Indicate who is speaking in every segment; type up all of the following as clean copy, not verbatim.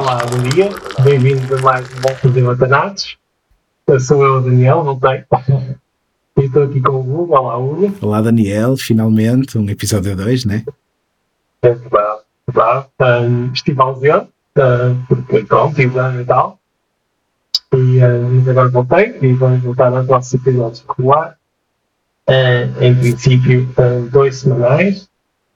Speaker 1: Olá, bom dia. Bem-vindos a mais um Volta de Batanados. Eu sou o Daniel, voltei. E estou aqui com o Hugo. Olá, Hugo.
Speaker 2: Olá, Daniel. Finalmente, um episódio 2, né?
Speaker 1: É verdade, verdade. Estive ausente, porque pronto, exame e tal. Mas agora voltei e vamos voltar aos nossos episódios regulares. Em princípio, 2 semanais.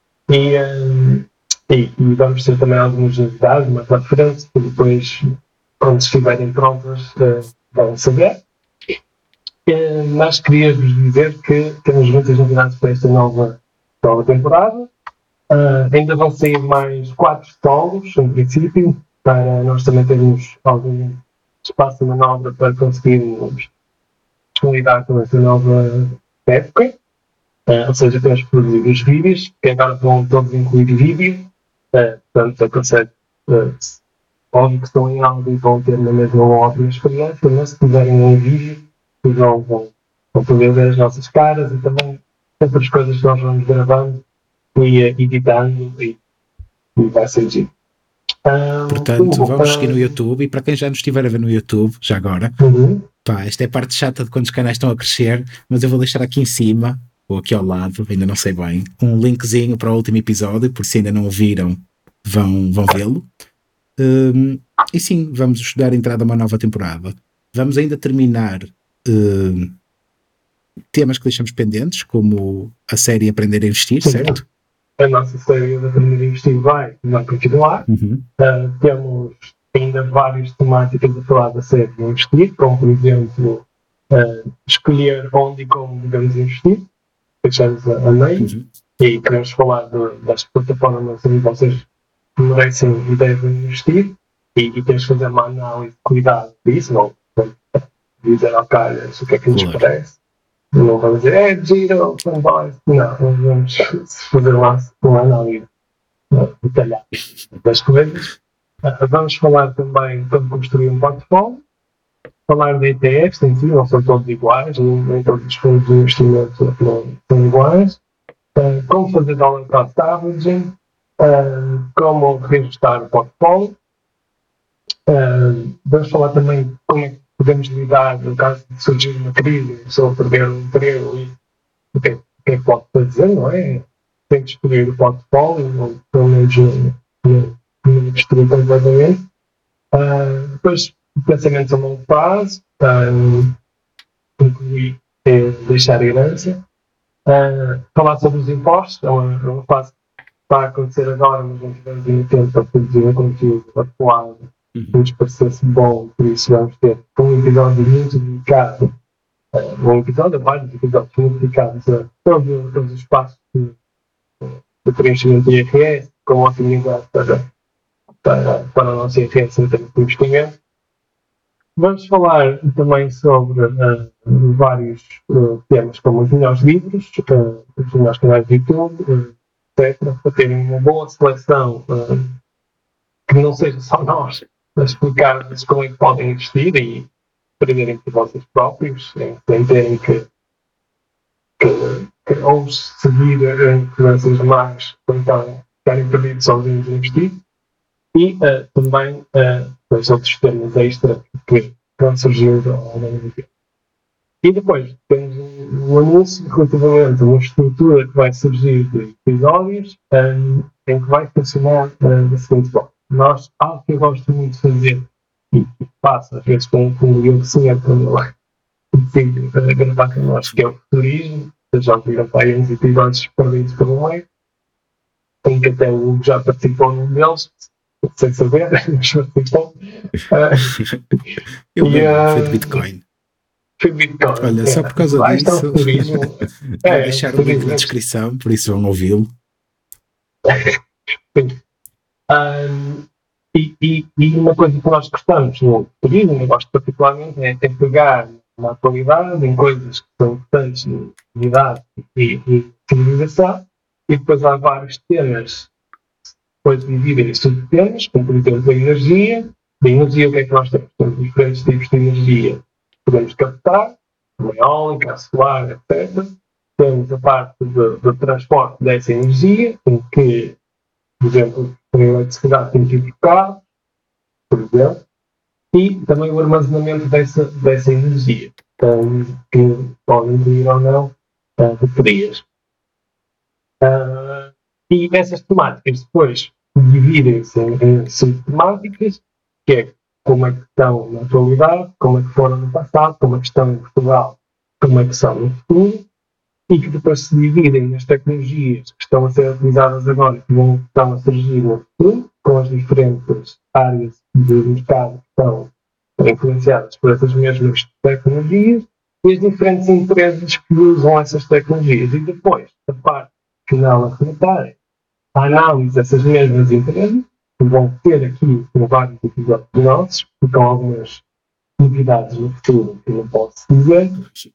Speaker 1: E vamos ter também algumas novidades mais para frente, que depois, quando estiverem prontas, vão saber. Mas queria-vos dizer que temos muitas novidades para esta nova temporada. Ainda vão sair mais 4 solos, em princípio, para nós também termos algum espaço de manobra para conseguirmos lidar com esta nova época. Ou seja, temos que produzir os vídeos, que agora vão todos incluir vídeo. Portanto, aconselho, óbvio que estão em áudio e vão ter na mesma uma ótima experiência, mas se tiverem um vídeo, vão poder ver as nossas caras e também outras coisas que nós vamos gravando e editando e vai ser giro.
Speaker 2: Portanto, vamos seguir no YouTube, e para quem já nos estiver a ver no YouTube, já agora, pá, esta é a parte chata de quando os canais estão a crescer, mas eu vou deixar aqui em cima, ou aqui ao lado, ainda não sei bem, um linkzinho para o último episódio, por se ainda não o viram, vão vê-lo. E sim, vamos estudar a entrada a uma nova temporada. Vamos ainda terminar temas que deixamos pendentes, como a série Aprender a Investir, certo?
Speaker 1: A nossa série de Aprender a Investir vai continuar. Temos ainda várias temáticas a falar da série de investir, como por exemplo escolher onde e como devemos investir, deixamos a meio, e queremos falar das plataformas onde vocês merecem e devem investir, e temos que fazer uma análise de cuidado disso, não dizer ao calhas o que é que nos parece. Não vamos dizer, giro, fanboys. Não, vamos fazer uma análise detalhada das coisas. Vamos falar também de como construir um portfólio, falar de ETFs em si, não são todos iguais, nem todos os fundos de investimento são iguais, como fazer dollar cost averaging, como reajustar o portfólio. Vamos falar também como é que podemos lidar no caso de surgir uma crise, a pessoa perder um emprego e o que é que pode fazer, não é? Tem que destruir o portfólio, ou pelo menos não destruir completamente. Depois, pensamentos a longo prazo, incluir deixar herança. Falar sobre os impostos, é uma fase que está a acontecer agora, mas não tivemos ainda tempo para produzir um conteúdo adequado que nos parecesse bom, por isso vamos ter um episódio muito dedicado, vários episódios muito dedicados a todos os passos de preenchimento de IRS, com otimidade para o nosso IRS em termos de investimento. Vamos falar também sobre vários temas, como os melhores livros, os melhores canais de YouTube, etc., para terem uma boa seleção que não seja só nós a explicar-vos como é que podem investir e aprenderem por vocês próprios, sem terem que ou seguir influências más para ficarem perdidos sozinhos a investir. E também os outros temas extra que vão surgir ao longo do tempo. E depois temos um anúncio relativamente a uma estrutura que vai surgir de episódios em que vai funcionar da seguinte forma. Algo que eu gosto muito de fazer e faço às vezes com o Diogo Senhor quando ele decide gravar connosco, que é o futurismo. Vocês já viram para aí uns episódios perdidos pelo meio, em que até o Hugo já participou num deles, sem saber, mas participou.
Speaker 2: Eu lembro, foi de Bitcoin.
Speaker 1: Foi Bitcoin.
Speaker 2: Olha, só por causa disso, vou deixar o link na descrição, por isso vão ouvi-lo.
Speaker 1: E uma coisa que nós gostamos no turismo, eu gosto particularmente, é pegar na atualidade, em coisas que são importantes de idade e civilização, e depois há vários temas, depois dividem em subtemas, como por exemplo a energia. De energia, o que é que nós temos? Temos diferentes tipos de energia. Podemos captar, como a eólica, a solar, etc. Temos a parte do transporte dessa energia, em que, por exemplo, a eletricidade tem tipo de carro, por exemplo, e também o armazenamento dessa energia, que pode incluir ou não baterias. E essas temáticas depois dividem-se em subtemáticas, que é como é que estão na atualidade, como é que foram no passado, como é que estão em Portugal, como é que são no futuro, e que depois se dividem nas tecnologias que estão a ser utilizadas agora e que estão a surgir no futuro, com as diferentes áreas de mercado que estão influenciadas por essas mesmas tecnologias e as diferentes empresas que usam essas tecnologias. E depois, a parte final a rematar é a análise dessas mesmas empresas, que vão ter aqui vários episódios nossos, com algumas novidades no futuro que não posso dizer,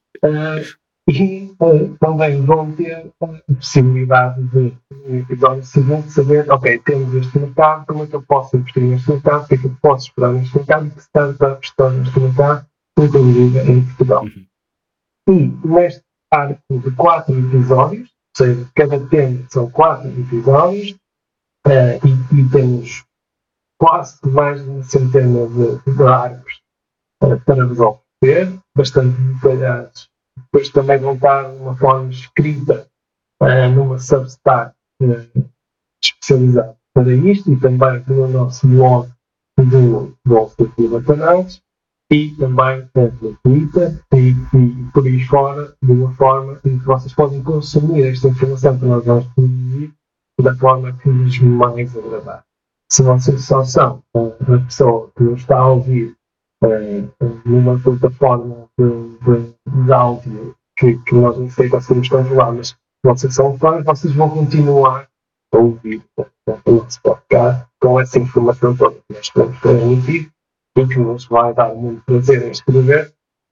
Speaker 1: e também vão ter a possibilidade de, no episódio seguinte, saber, ok, temos este mercado, como é que eu posso investir neste mercado, o que é que eu posso esperar neste mercado e que startups estão neste mercado, inclusive em Portugal. E neste arco de 4 episódios, ou seja, cada tema são 4 episódios, e temos quase mais de uma centena de arcos para vos oferecer, bastante detalhados. Depois também vão estar de uma forma escrita numa Substack especializada para isto e também no nosso blog do Bolsa Batanados e também no Twitter e por aí fora, de uma forma em que vocês podem consumir esta informação que nós vamos produzir da forma que lhes mais agradar. Se vocês só são a pessoa que nos está a ouvir numa plataforma de áudio que nós não sei se conseguimos controlar, mas vocês são fãs, vocês vão continuar a ouvir o nosso podcast com essa informação toda que nós podemos transmitir e que nos vai dar muito prazer em escrever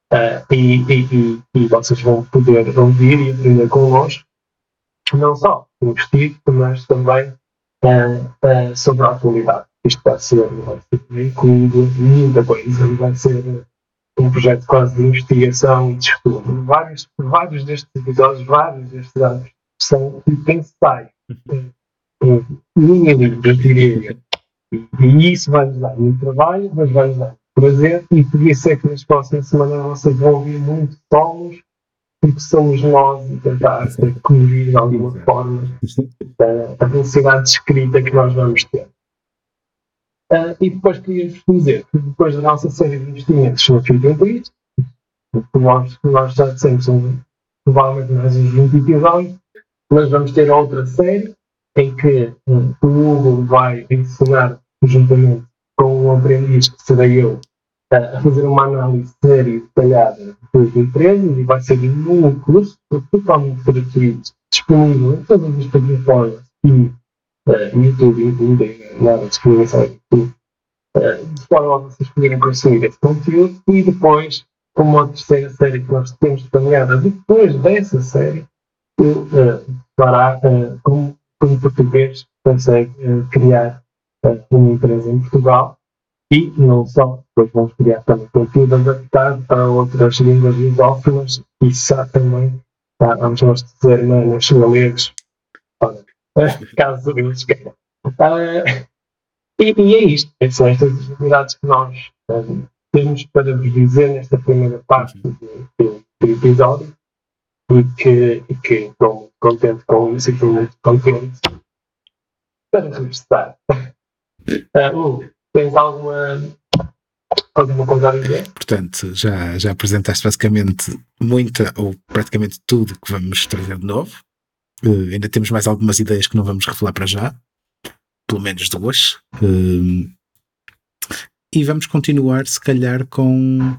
Speaker 1: e vocês vão poder ouvir e aprender connosco, não só investir, mas também sobre a atualidade. Isto vai ser incluído muita coisa, vai ser um projeto quase de investigação e de estudo. Vários destes episódios, vários destes anos, são ensaios, mini-livros, diria. E isso vai-nos dar muito trabalho, mas vai-nos dar prazer, e podia ser que nas próximas semanas vocês vão ouvir muito solos, porque somos nós a tentar cobrir de alguma forma a velocidade de escrita que nós vamos ter. E depois queria-vos dizer que depois da nossa série de investimentos no Fit Increase, que nós já dissemos são provavelmente mais uns 20 episódios, mas vamos ter outra série em que o Hugo vai ensinar, juntamente com um aprendiz que serei eu, a fazer uma análise séria e detalhada de empresas, e vai ser um curso totalmente gratuito, disponível em todas as plataformas e YouTube, incluindo nada disponível no YouTube, de forma a vocês poderem consumir esse conteúdo. E depois, como uma terceira série que nós temos planeada depois dessa série, fará como português consegue criar uma empresa em Portugal. E não só, depois vamos criar também conteúdo adaptado para outras línguas lusófonas, e já também, vamos dizer, nos galegos, caso eles queiram. E é isto, são estas as novidades que nós temos para vos dizer nesta primeira parte do episódio, e que estou muito contente com isso e estou muito contente para regressar. Tens alguma coisa a dizer?
Speaker 2: Portanto, já apresentaste basicamente muita ou praticamente tudo que vamos trazer de novo. Ainda temos mais algumas ideias que não vamos revelar para já, pelo menos 2. E vamos continuar, se calhar, com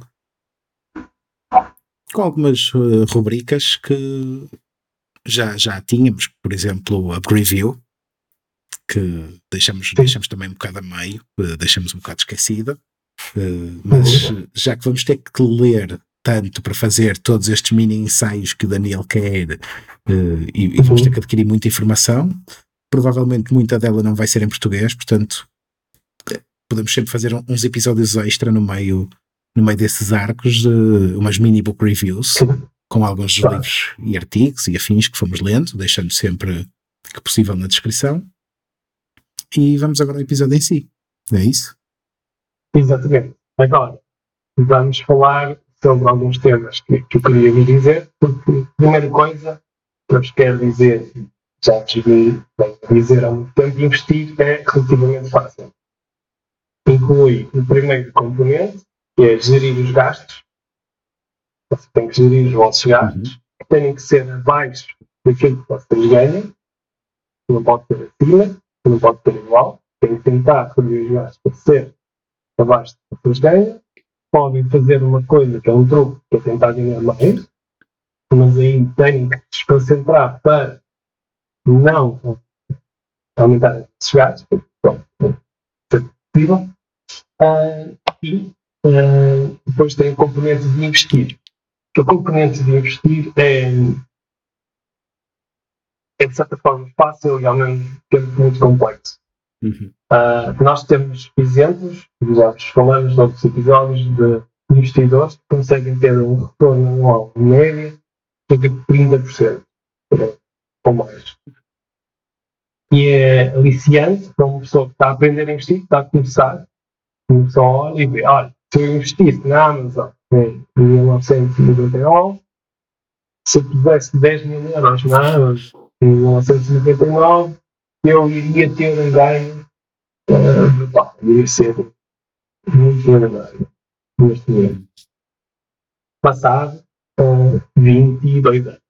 Speaker 2: algumas rubricas que já tínhamos, por exemplo, a preview, que deixamos também um bocado a meio, deixamos um bocado esquecida, mas já que vamos ter que ler tanto para fazer todos estes mini ensaios que o Daniel quer, e vamos ter que adquirir muita informação, provavelmente muita dela não vai ser em português, portanto podemos sempre fazer uns episódios extra no meio desses arcos, umas mini book reviews com alguns livros e artigos e afins que fomos lendo, deixando sempre que possível na descrição. E vamos agora ao episódio em si. É isso?
Speaker 1: Exatamente. Agora, vamos falar sobre alguns temas que eu queria vos dizer, porque, primeira coisa, que eu vos quero dizer, já vos vi dizer há muito tempo, investir é relativamente fácil. Inclui o primeiro componente, que é gerir os gastos. Você tem que gerir os vossos gastos, que têm que ser abaixo daquilo que vocês ganham, não pode ser acima, não pode ser igual, tem que tentar fazer os gastos para ser abaixo do que vocês ganham. Podem fazer uma coisa que é um truque, que é tentar ganhar mais, mas aí têm que se concentrar para não aumentar esses gastos, pronto, é possível. E depois tem o componente de investir. O componente de investir é de certa forma fácil e ao mesmo tempo muito complexo. Nós temos exemplos, já vos falamos noutros episódios, de investidores que conseguem ter um retorno anual de média de 30% ou mais. E é aliciante para uma pessoa que está a aprender a investir, que está a começar, só olha e vê, olha, se eu investisse na Amazon em 1999, se eu tivesse 10 mil euros na Amazon em 1999, eu iria ter um ganho brutal, iria ser muito milionário neste momento. Passado 22 anos.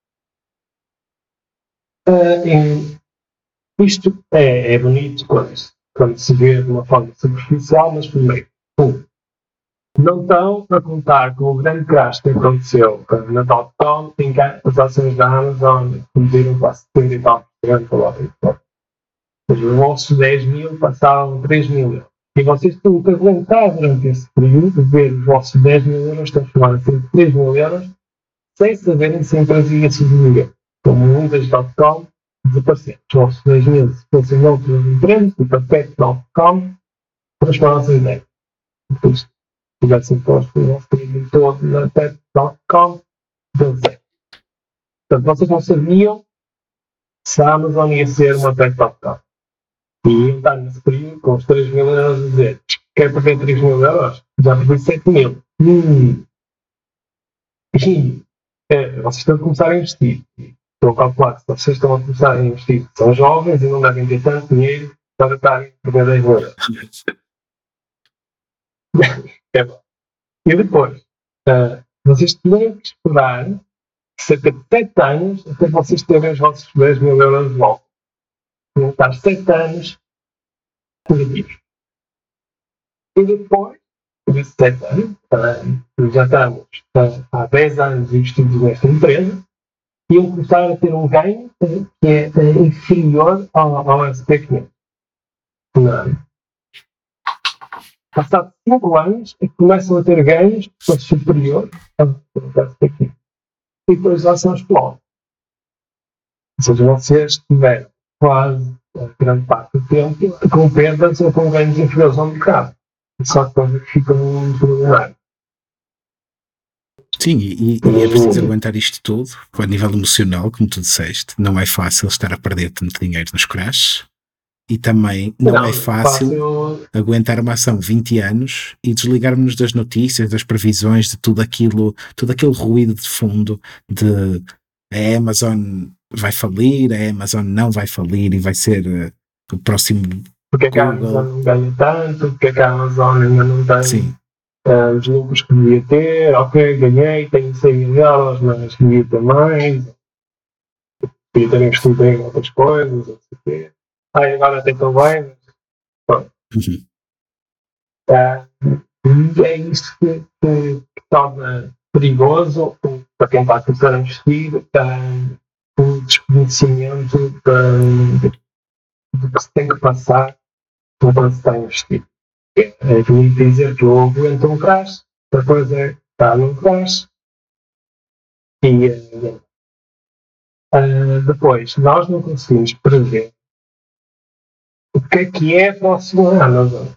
Speaker 1: Isto é bonito quando se vê de uma forma superficial, mas primeiro, não estão a contar com o grande crash que aconteceu na .com, em que as ações da Amazon reduziram para 70%. Os vossos 10 mil passaram 3 mil euros. E vocês têm que aguentar durante esse período, ver os vossos 10 mil euros transformarem-se em 3 mil euros, sem saberem se a empresa ia sobreviver. Como muitas .com desapareceram. Os vossos 10 mil, se fossem outras empresas, tipo a Pet.com, transformaram-se em 10. Depois, tivessem posto o vosso dinheiro todo na Pet.com, deu zero. Portanto, vocês não sabiam se a Amazon ia ser uma Pet.com. E iam estar nesse período com os 3 mil euros a dizer: quer perder 3 mil euros? Já perdi 7 mil. Vocês estão a começar a investir. Estou a calcular que se vocês estão a começar a investir, são jovens e não devem ter tanto dinheiro para estarem a perder 10 mil euros. E depois, vocês tinham que esperar cerca de 7 anos até vocês terem os vossos 10 mil euros de volta. Vão estar 7 anos negativos. E depois, desses 7 anos, já estamos há 10 anos investidos nesta empresa, iam começar a ter um ganho que é inferior ao SP500. Passados 5 anos, começam a ter ganhos que são superiores ao SP500. E depois lá são explodem. Ou seja, vocês tiveram quase a grande parte do tempo com perdas ou com ganhos inferiores ao mercado. Só que coisa que fica muito lugar.
Speaker 2: Sim, e é preciso aguentar isto tudo, a nível emocional, como tu disseste. Não é fácil estar a perder tanto dinheiro nos crashes. E também não é fácil aguentar uma ação 20 anos e desligarmos das notícias, das previsões, de tudo aquele ruído de fundo de a Amazon vai falir, a Amazon não vai falir e vai ser o próximo.
Speaker 1: Porque é que a Amazon não ganha tanto? Porque é que a Amazon ainda não tem os lucros que devia ter? Ok, ganhei, tenho 100 mil euros, mas devia ter mais. Devia ter investido em outras coisas, não sei o quê. Agora até estou bem. Pronto. É isso que torna perigoso para quem está a começar a investir, o desconhecimento do que se tem que passar quando se está a investir. É bonito dizer que eu aguento um crash, outra coisa é estar num crash. E depois, nós não conseguimos prever o que é a próxima Amazon.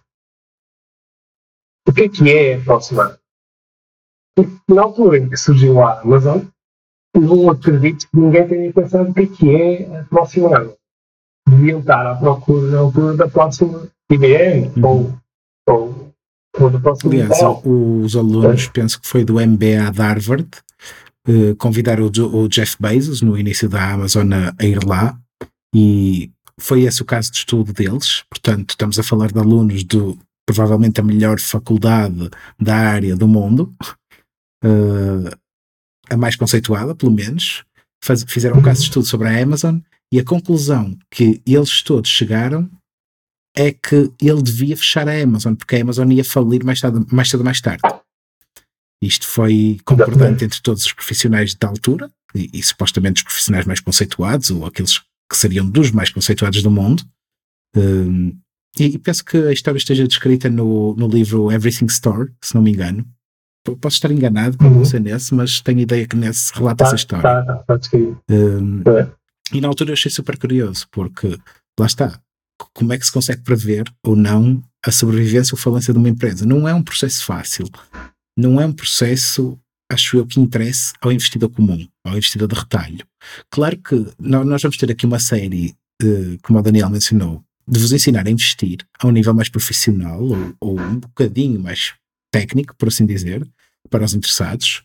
Speaker 1: O que é a próxima Amazon? Porque na altura em que surgiu a Amazon, não acredito que ninguém tenha pensado o que é a próxima Amazon. Deviam estar à procura na altura da próxima IBM ou
Speaker 2: Aliás, os alunos, penso que foi do MBA de Harvard, convidaram o Jeff Bezos no início da Amazon a ir lá, e foi esse o caso de estudo deles. Portanto, estamos a falar de alunos de provavelmente a melhor faculdade da área do mundo, a mais conceituada, pelo menos. Fizeram um caso de estudo sobre a Amazon, e a conclusão que eles todos chegaram é que ele devia fechar a Amazon, porque a Amazon ia falir mais cedo ou mais tarde. Isto foi concordante entre todos os profissionais da altura, e supostamente os profissionais mais conceituados, ou aqueles que seriam dos mais conceituados do mundo. E penso que a história esteja descrita no livro Everything Store, se não me engano. Posso estar enganado, não sei nesse, mas tenho ideia que nesse relata essa história. E na altura eu achei super curioso, porque lá está, como é que se consegue prever ou não a sobrevivência ou falência de uma empresa? Não é um processo fácil, não é um processo, acho eu, que interesse ao investidor comum, ao investidor de retalho. Claro que nós vamos ter aqui uma série, como o Daniel mencionou, de vos ensinar a investir a um nível mais profissional ou um bocadinho mais técnico, por assim dizer, para os interessados,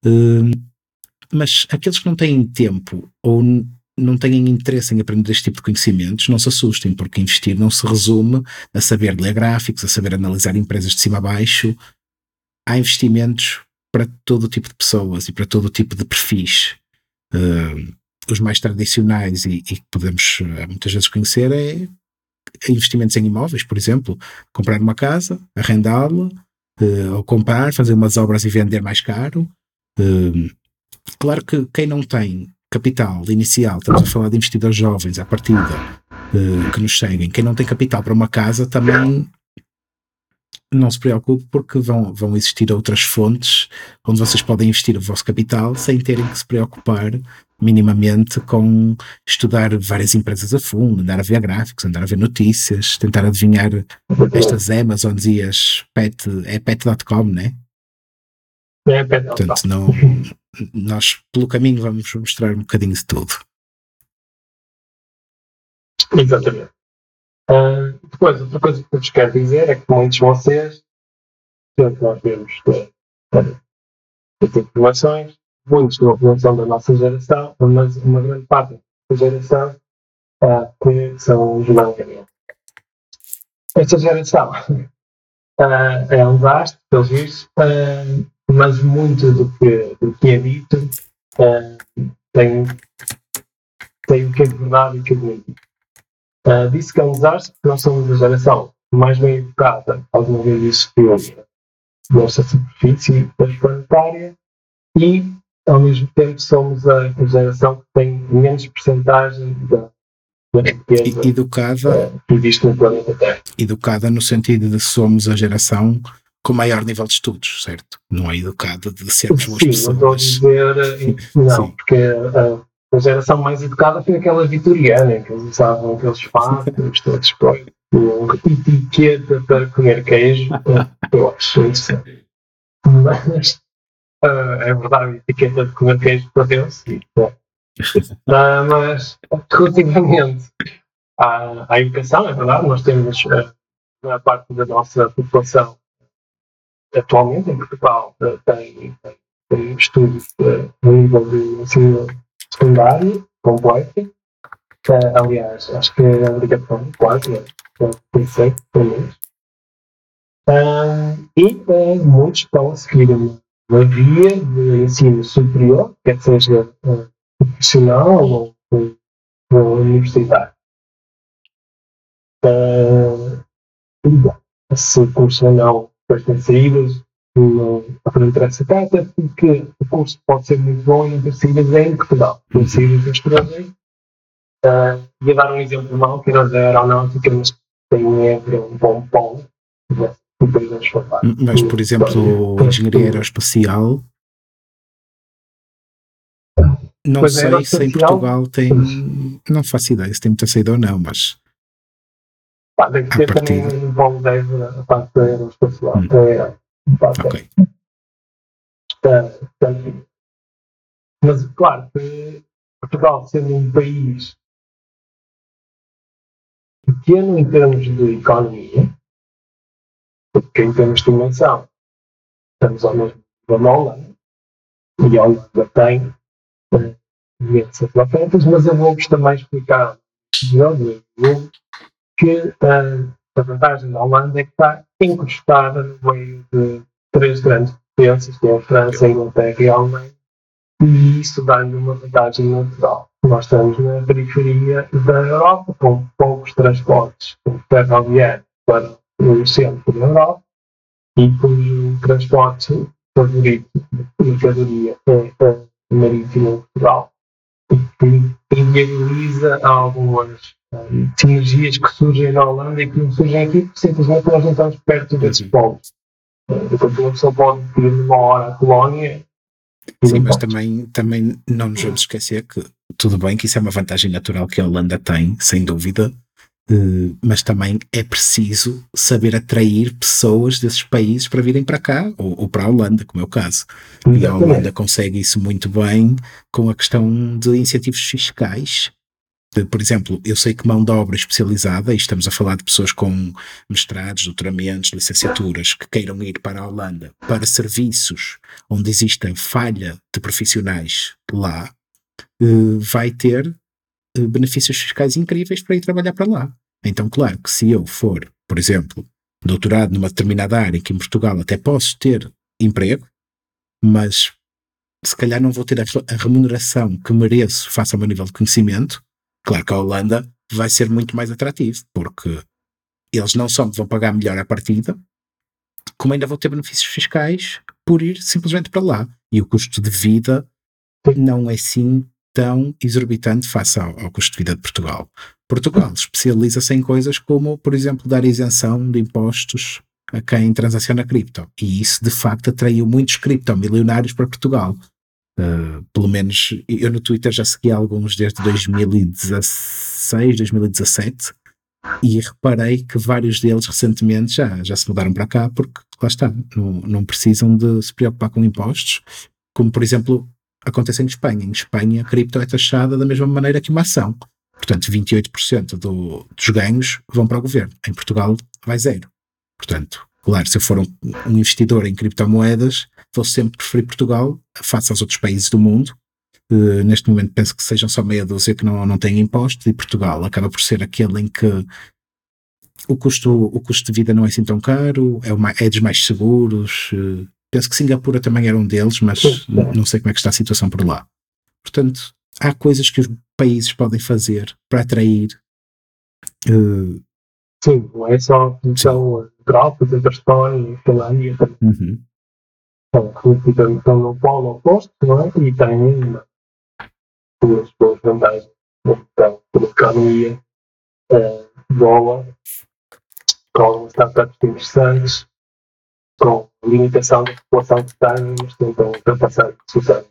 Speaker 2: mas aqueles que não têm tempo ou não têm interesse em aprender este tipo de conhecimentos, não se assustem, porque investir não se resume a saber ler gráficos, a saber analisar empresas de cima a baixo. Há investimentos para todo o tipo de pessoas e para todo o tipo de perfis. Os mais tradicionais e que podemos muitas vezes conhecer é investimentos em imóveis, por exemplo, comprar uma casa, arrendá-la, ou comprar, fazer umas obras e vender mais caro. Claro que quem não tem capital inicial, estamos a falar de investidores jovens à partida, que nos seguem, quem não tem capital para uma casa também não se preocupe, porque vão existir outras fontes onde vocês podem investir o vosso capital sem terem que se preocupar minimamente com estudar várias empresas a fundo, andar a ver gráficos, andar a ver notícias, tentar adivinhar estas Amazons e as pet.com, né? Portanto, nós pelo caminho vamos mostrar um bocadinho de tudo.
Speaker 1: Exatamente. Depois, outra coisa que eu vos quero dizer é que muitos de vocês, portanto, nós vemos as informações, muitos não são da nossa geração, mas uma grande parte da geração que são os millennials. Esta geração é um desastre, pelos vistos, mas muito do que é dito tem o que é de verdade e o que é de mentira. Disse que é um desastre porque nós somos a geração mais bem educada alguma vez existiu nesta superfície planetária e, ao mesmo tempo, somos a geração que tem menos percentagem da riqueza que existe no planeta Terra.
Speaker 2: Educada no sentido de somos a geração com maior nível de estudos, certo? Não é educada de sermos boas pessoas.
Speaker 1: Sim, não estou a dizer não, porque a geração mais educada foi aquela vitoriana, que eles usavam aqueles fatos todos com etiqueta para comer queijo. Eu acho interessante. Mas é verdade, etiqueta de comer queijo para Deus. Mas relativamente à educação, é verdade, nós temos a parte da nossa população atualmente em Portugal tem estudos no nível de ensino secundário completo. Aliás, acho que é obrigatório, quase, tem sei, pelo menos. E muitos estão a seguir uma via de ensino superior, quer seja profissional ou universitário. Se o curso não depois tem saídas, não interessa tanto, é porque o curso pode ser muito bom e não ter saídas em Portugal, tem saídas no estrangeiro. Ia dar um exemplo mau, que era da aeronáutica, mas tem um bom polo.
Speaker 2: Mas, por exemplo, engenharia aeroespacial, não pois sei se em Portugal tem, não faço ideia se tem muita saída ou não, mas
Speaker 1: deve ter também um bom 10 a parte da aeroespacial.
Speaker 2: Ok.
Speaker 1: Mas, claro, que Portugal, sendo um país pequeno em termos de economia, porque em termos de dimensão estamos ao mesmo nível na Holanda, e a Holanda tem imensas ofertas, mas eu vou-vos também explicar que a vantagem da Holanda é que está encostada no meio de três grandes potências, que é a França, a Inglaterra e a Alemanha, e isso dá-lhe uma vantagem natural. Nós estamos na periferia da Europa, com poucos transportes ferroviários para o centro da Europa, e cujo transporte favorito de mercadoria é a marítima em Portugal, e que inviabiliza algumas sinergias que surgem na Holanda e que não surgem aqui, porque simplesmente nós não estamos perto desses povos. Enquanto uma pessoa pode ir numa hora à colónia.
Speaker 2: Sim, mas também não nos vamos esquecer que tudo bem que isso é uma vantagem natural que a Holanda tem, sem dúvida, mas também é preciso saber atrair pessoas desses países para virem para cá ou para a Holanda, como é o caso. E a Holanda consegue isso muito bem com a questão de incentivos fiscais. Por exemplo, eu sei que mão de obra especializada, e estamos a falar de pessoas com mestrados, doutoramentos, licenciaturas, que queiram ir para a Holanda para serviços onde exista falha de profissionais lá, vai ter benefícios fiscais incríveis para ir trabalhar para lá. Então, claro que se eu for, por exemplo, doutorado numa determinada área, que em Portugal até posso ter emprego, mas se calhar não vou ter a remuneração que mereço face ao meu nível de conhecimento. Claro que a Holanda vai ser muito mais atrativo, porque eles não só vão pagar melhor à partida, como ainda vão ter benefícios fiscais por ir simplesmente para lá. E o custo de vida não é assim tão exorbitante face ao custo de vida de Portugal. Portugal especializa-se em coisas como, por exemplo, dar isenção de impostos a quem transaciona cripto. E isso, de facto, atraiu muitos criptomilionários para Portugal. Pelo menos eu no Twitter já segui alguns desde 2016, 2017 e reparei que vários deles recentemente já se mudaram para cá porque lá está, não precisam de se preocupar com impostos, como por exemplo acontece em Espanha. Em Espanha a cripto é taxada da mesma maneira que uma ação, portanto 28% dos ganhos vão para o governo. Em Portugal vai zero. Portanto, claro, se eu for um investidor em criptomoedas, vou sempre preferir Portugal face aos outros países do mundo. Neste momento penso que sejam só meia dúzia que não têm impostos, e Portugal acaba por ser aquele em que o custo de vida não é assim tão caro, é dos mais seguros. Penso que Singapura também era um deles, mas não sei como é que está a situação por lá. Portanto, há coisas que os países podem fazer para atrair.
Speaker 1: Sim, não é só a função natural, por exemplo, a Estónia e a Finlândia também. Estão no polo oposto, não é? E têm duas boas vantagens. Então, por economia, dólar, com startups interessantes, com limitação da população que têm, mas tentam ultrapassar o sucesso.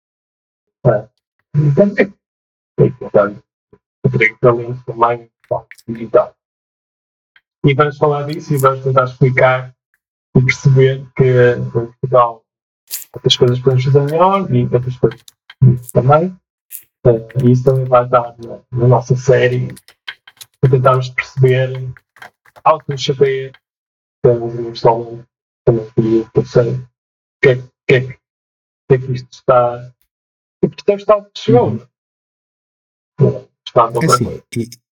Speaker 1: E também é importante atrair talentos também digital. E vamos falar disso e vamos tentar explicar e perceber que em Portugal outras coisas podemos fazer melhor e outras coisas também. E isso também vai estar na nossa série para tentarmos perceber algo que nos chateia, temos pessoalmente também queria perceber o que é que isto está. Porque temos estado que chegou. Está a
Speaker 2: assim,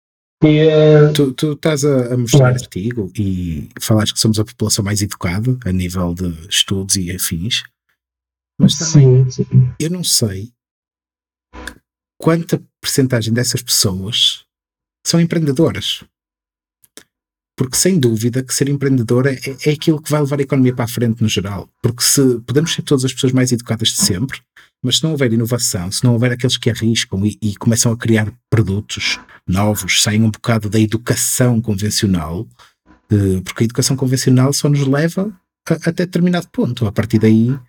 Speaker 2: tu estás a mostrar artigo e falaste que somos a população mais educada a nível de estudos e afins, mas também sim. Eu não sei quanta percentagem dessas pessoas são empreendedoras, porque sem dúvida que ser empreendedora é aquilo que vai levar a economia para a frente no geral, porque se podemos ser todas as pessoas mais educadas de sempre, mas se não houver inovação, se não houver aqueles que arriscam e começam a criar produtos novos, saem um bocado da educação convencional, porque a educação convencional só nos leva até determinado ponto. A partir daí,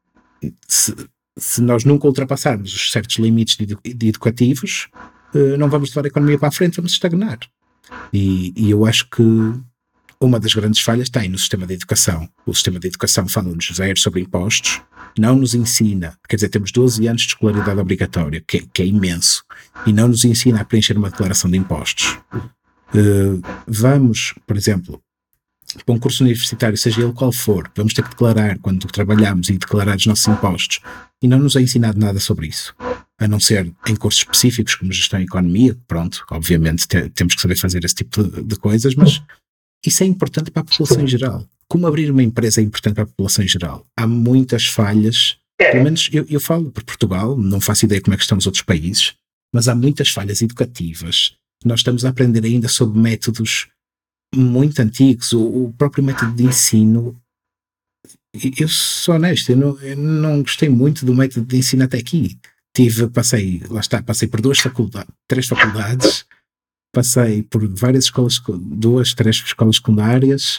Speaker 2: se nós nunca ultrapassarmos os certos limites de educativos, não vamos levar a economia para a frente, vamos estagnar. E eu acho que uma das grandes falhas está aí no sistema de educação. O sistema de educação fala-nos zero sobre impostos, não nos ensina, quer dizer, temos 12 anos de escolaridade obrigatória, que é imenso, e não nos ensina a preencher uma declaração de impostos. Vamos, por exemplo, para um curso universitário, seja ele qual for, vamos ter que declarar quando trabalhamos e declarar os nossos impostos, e não nos é ensinado nada sobre isso, a não ser em cursos específicos como gestão e economia. Pronto, obviamente temos que saber fazer esse tipo de coisas, mas isso é importante para a população em geral. Como abrir uma empresa é importante para a população em geral. Há muitas falhas, pelo menos eu falo por Portugal, não faço ideia como é que estão os outros países, mas há muitas falhas educativas. Nós estamos a aprender ainda sobre métodos muito antigos. O próprio método de ensino, eu sou honesto, eu não gostei muito do método de ensino até aqui. Passei por 3 faculdades, passei por várias escolas, 2, 3 escolas secundárias.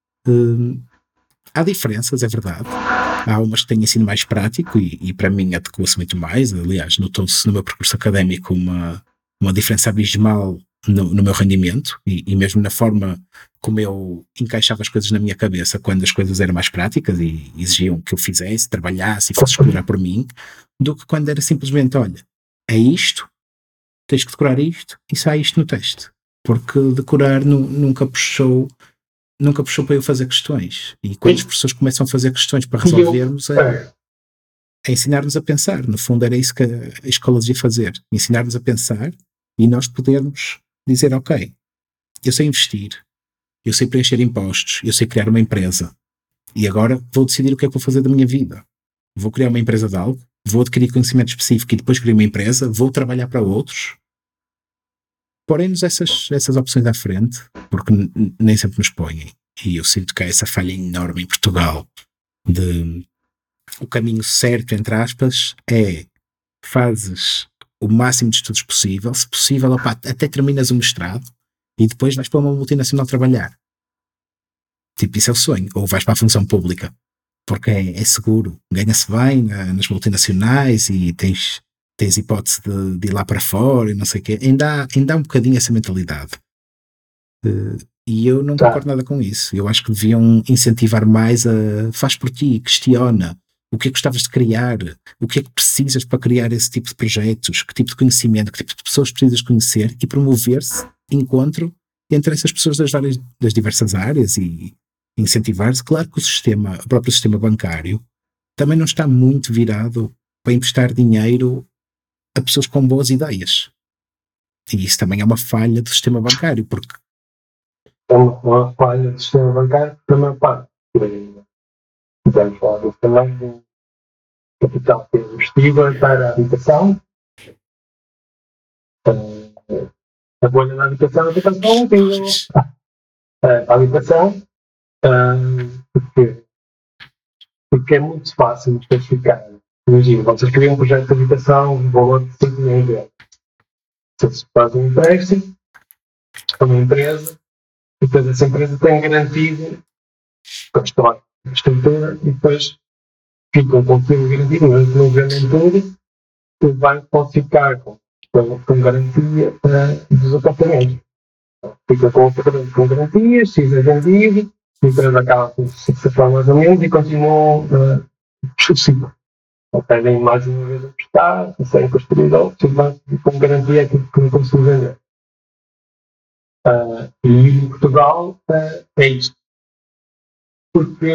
Speaker 2: Há diferenças, é verdade. Há umas que têm ensino mais prático e para mim adequa-se muito mais. Aliás, notou-se no meu percurso académico uma diferença abismal no meu rendimento e mesmo na forma como eu encaixava as coisas na minha cabeça quando as coisas eram mais práticas e exigiam que eu fizesse, trabalhasse e fosse explorar por mim, do que quando era simplesmente, olha, é isto, tens que decorar isto e sai isto no teste. Porque decorar nunca puxou para eu fazer questões. E quando as pessoas começam a fazer questões para resolvermos, é ensinar-nos a pensar. No fundo era isso que a escola devia fazer, ensinar-nos a pensar e nós podermos dizer, ok, eu sei investir, eu sei preencher impostos, eu sei criar uma empresa e agora vou decidir o que é que vou fazer da minha vida. Vou criar uma empresa de algo, vou adquirir conhecimento específico e depois criar uma empresa, vou trabalhar para outros. Porém-nos essas opções à frente, porque nem sempre nos põem. E eu sinto que há essa falha enorme em Portugal de o caminho certo, entre aspas, é fazes o máximo de estudos possível, se possível, até terminas o mestrado e depois vais para uma multinacional trabalhar. Tipo, isso é o sonho. Ou vais para a função pública, porque é seguro, ganha-se bem nas multinacionais e tens hipótese de ir lá para fora e não sei o quê. Ainda há um bocadinho essa mentalidade. E eu não concordo nada com isso. Eu acho que deviam incentivar mais faz por ti, questiona o que é que gostavas de criar, o que é que precisas para criar esse tipo de projetos, que tipo de conhecimento, que tipo de pessoas precisas conhecer e promover-se encontro entre essas pessoas das diversas áreas e incentivar-se. Claro que o próprio sistema bancário também não está muito virado para emprestar dinheiro a pessoas com boas ideias. E isso também é uma falha do sistema bancário, porque
Speaker 1: é uma falha do sistema bancário da maior parte. Podemos falar disso também do capital que é investido para a habitação. A bolha da habitação a habitação, porque é muito fácil de especificar. Imagina, vocês criam um projeto de habitação de valor de 5 milhões de euros. Vocês fazem um empréstimo a uma empresa e depois essa empresa tem garantido a estrutura e depois ficam com aquilo garantido, mas não vendem tudo, o banco pode ficar com garantia dos apartamentos. Fica com garantia, X é vendido, a empresa acaba por se safar mais ou menos e continua possível. Pedem mais uma vez a prestar, conseguem construir outros, mas com garantia aquilo que não conseguem vender. E em Portugal é isto. Porque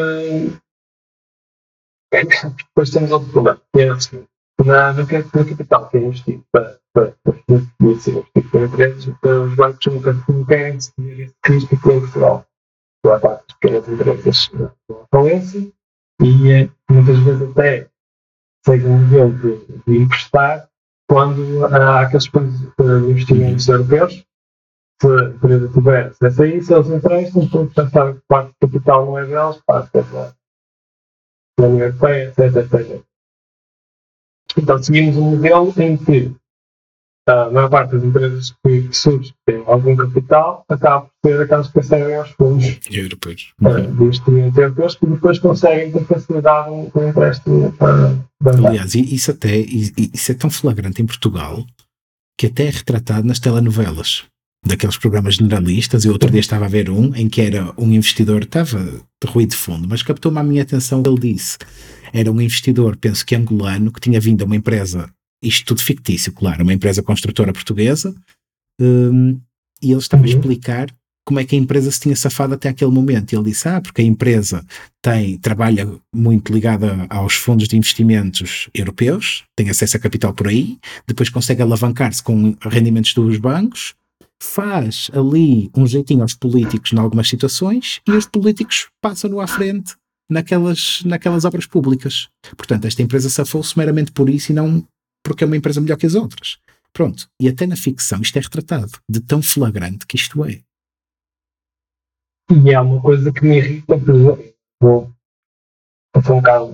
Speaker 1: depois temos outro problema, que é o seguinte: no capital que é investido para ser investido para empresas, os bancos nunca querem decidir esse risco aqui em Portugal. Há várias pequenas empresas com falência e muitas vezes até segue um modelo de emprestar quando há aqueles investimentos europeus. Se a empresa tiver acesso a isso, eles emprestam, depois passar parte do capital não é deles, parte da União Europeia, etc. Então seguimos um modelo em que a maior parte das empresas que surgem, que têm algum capital, acaba por ser aquelas que acedem aos fundos
Speaker 2: europeus
Speaker 1: de investimento europeus, que depois conseguem ter facilidade no empréstimo para.
Speaker 2: Aliás, isso é tão flagrante em Portugal que até é retratado nas telenovelas daqueles programas generalistas. Eu outro dia estava a ver um em que era um investidor, estava de ruído de fundo, mas captou-me a minha atenção. Ele disse, era um investidor, penso que angolano, que tinha vindo a uma empresa, isto tudo fictício, claro, uma empresa construtora portuguesa, e ele estava a explicar como é que a empresa se tinha safado até aquele momento. E ele disse, porque a empresa trabalha muito ligada aos fundos de investimentos europeus, tem acesso a capital por aí, depois consegue alavancar-se com rendimentos dos bancos, faz ali um jeitinho aos políticos em algumas situações e os políticos passam-no à frente naquelas obras públicas. Portanto, esta empresa safou-se meramente por isso e não porque é uma empresa melhor que as outras. Pronto. E até na ficção isto é retratado de tão flagrante que isto é.
Speaker 1: E é uma coisa que me irrita, por exemplo. Vou passar um bocado.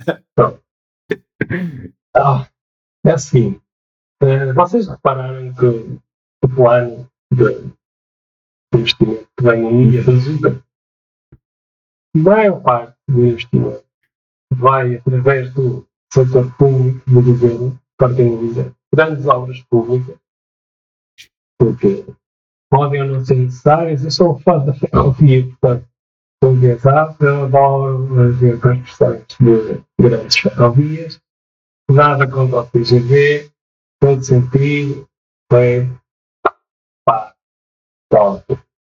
Speaker 1: É assim. Vocês repararam que o plano de investimento que vem em Ilha Bazuca, a maior parte do investimento vai através do setor público do governo para organizar grandes obras públicas, porque podem ou não ser necessárias. Eu sou fã da ferrovia, portanto, sou viajado, eu adoro ver construções de grandes ferrovias, nada contra o TGV, todo sentido, top.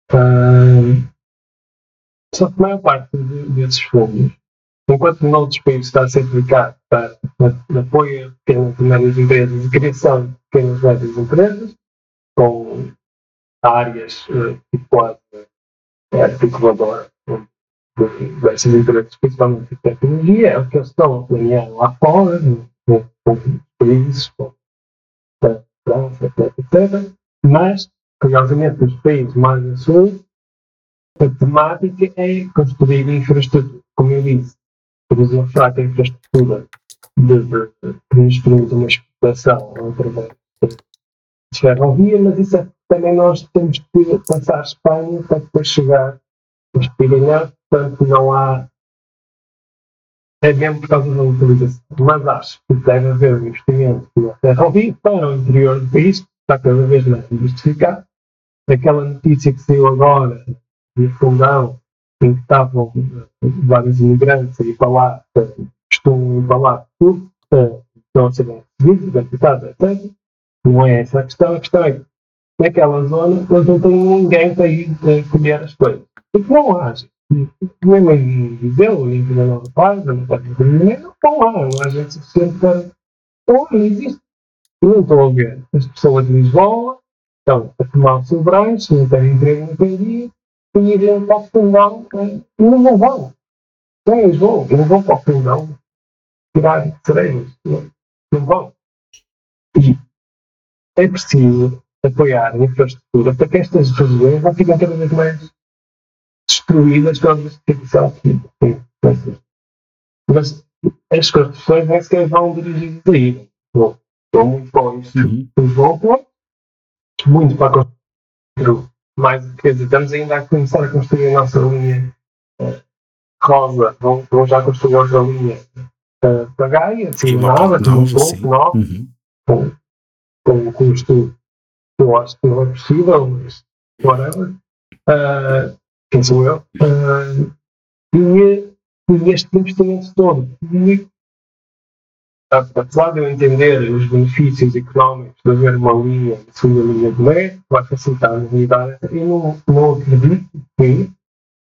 Speaker 1: Só que a maior parte desses fundos, enquanto noutros países está a ser aplicado para apoio a pequenas e médias empresas e criação de pequenas e médias empresas, com áreas tipo a articuladora dessas empresas, principalmente de tecnologia, é o que eles estão a planear lá fora, nos países, como a França, etc. Mas, curiosamente, nos países mais a sul, a temática é construir infraestrutura. Como eu disse, temos uma fraca infraestrutura que nos permite uma exportação através de ferrovia, mas isso é também nós temos que passar a Espanha para depois chegar aos Pirineus, portanto não há. É mesmo por causa da localização. Mas acho que deve haver um investimento na ferrovia para o interior do país, que está cada vez mais justificado. Aquela notícia que saiu agora de Fundão, em que estavam vários imigrantes a ir para lá, costumam ir para lá porque estão a ser bem recebidos, identificados, etc. Não é essa a questão é que naquela zona eles não têm ninguém para ir colher as coisas. Porque não há. Mesmo em Viseu, em Vila Nova de Paz, não há gente suficiente para. Não existe. Não estou a ver as pessoas de Lisboa estão a tomar o seu branco, se não têm emprego no dia, e irem para o Fundão, não vão. Não Lisboa, não vão para o Fundão tirar cereiros. Não vão. E é preciso apoiar a infraestrutura para que estas regiões não fiquem cada vez mais destruídas pela justificação aqui. Mas as construções nem sequer vão dirigidas a ir. Estou muito para isso. Muito para construir. Mais, quer dizer, estamos ainda a começar a construir a nossa linha rosa. Vão já construir outra linha para Gaia, assim, nova, com um custo que eu acho que não é possível, mas whatever. Quem sou eu? E este investimento todo. Apesar de eu entender os benefícios económicos de haver uma linha, de segunda linha de metro, que vai facilitar a mobilidade, eu não acredito que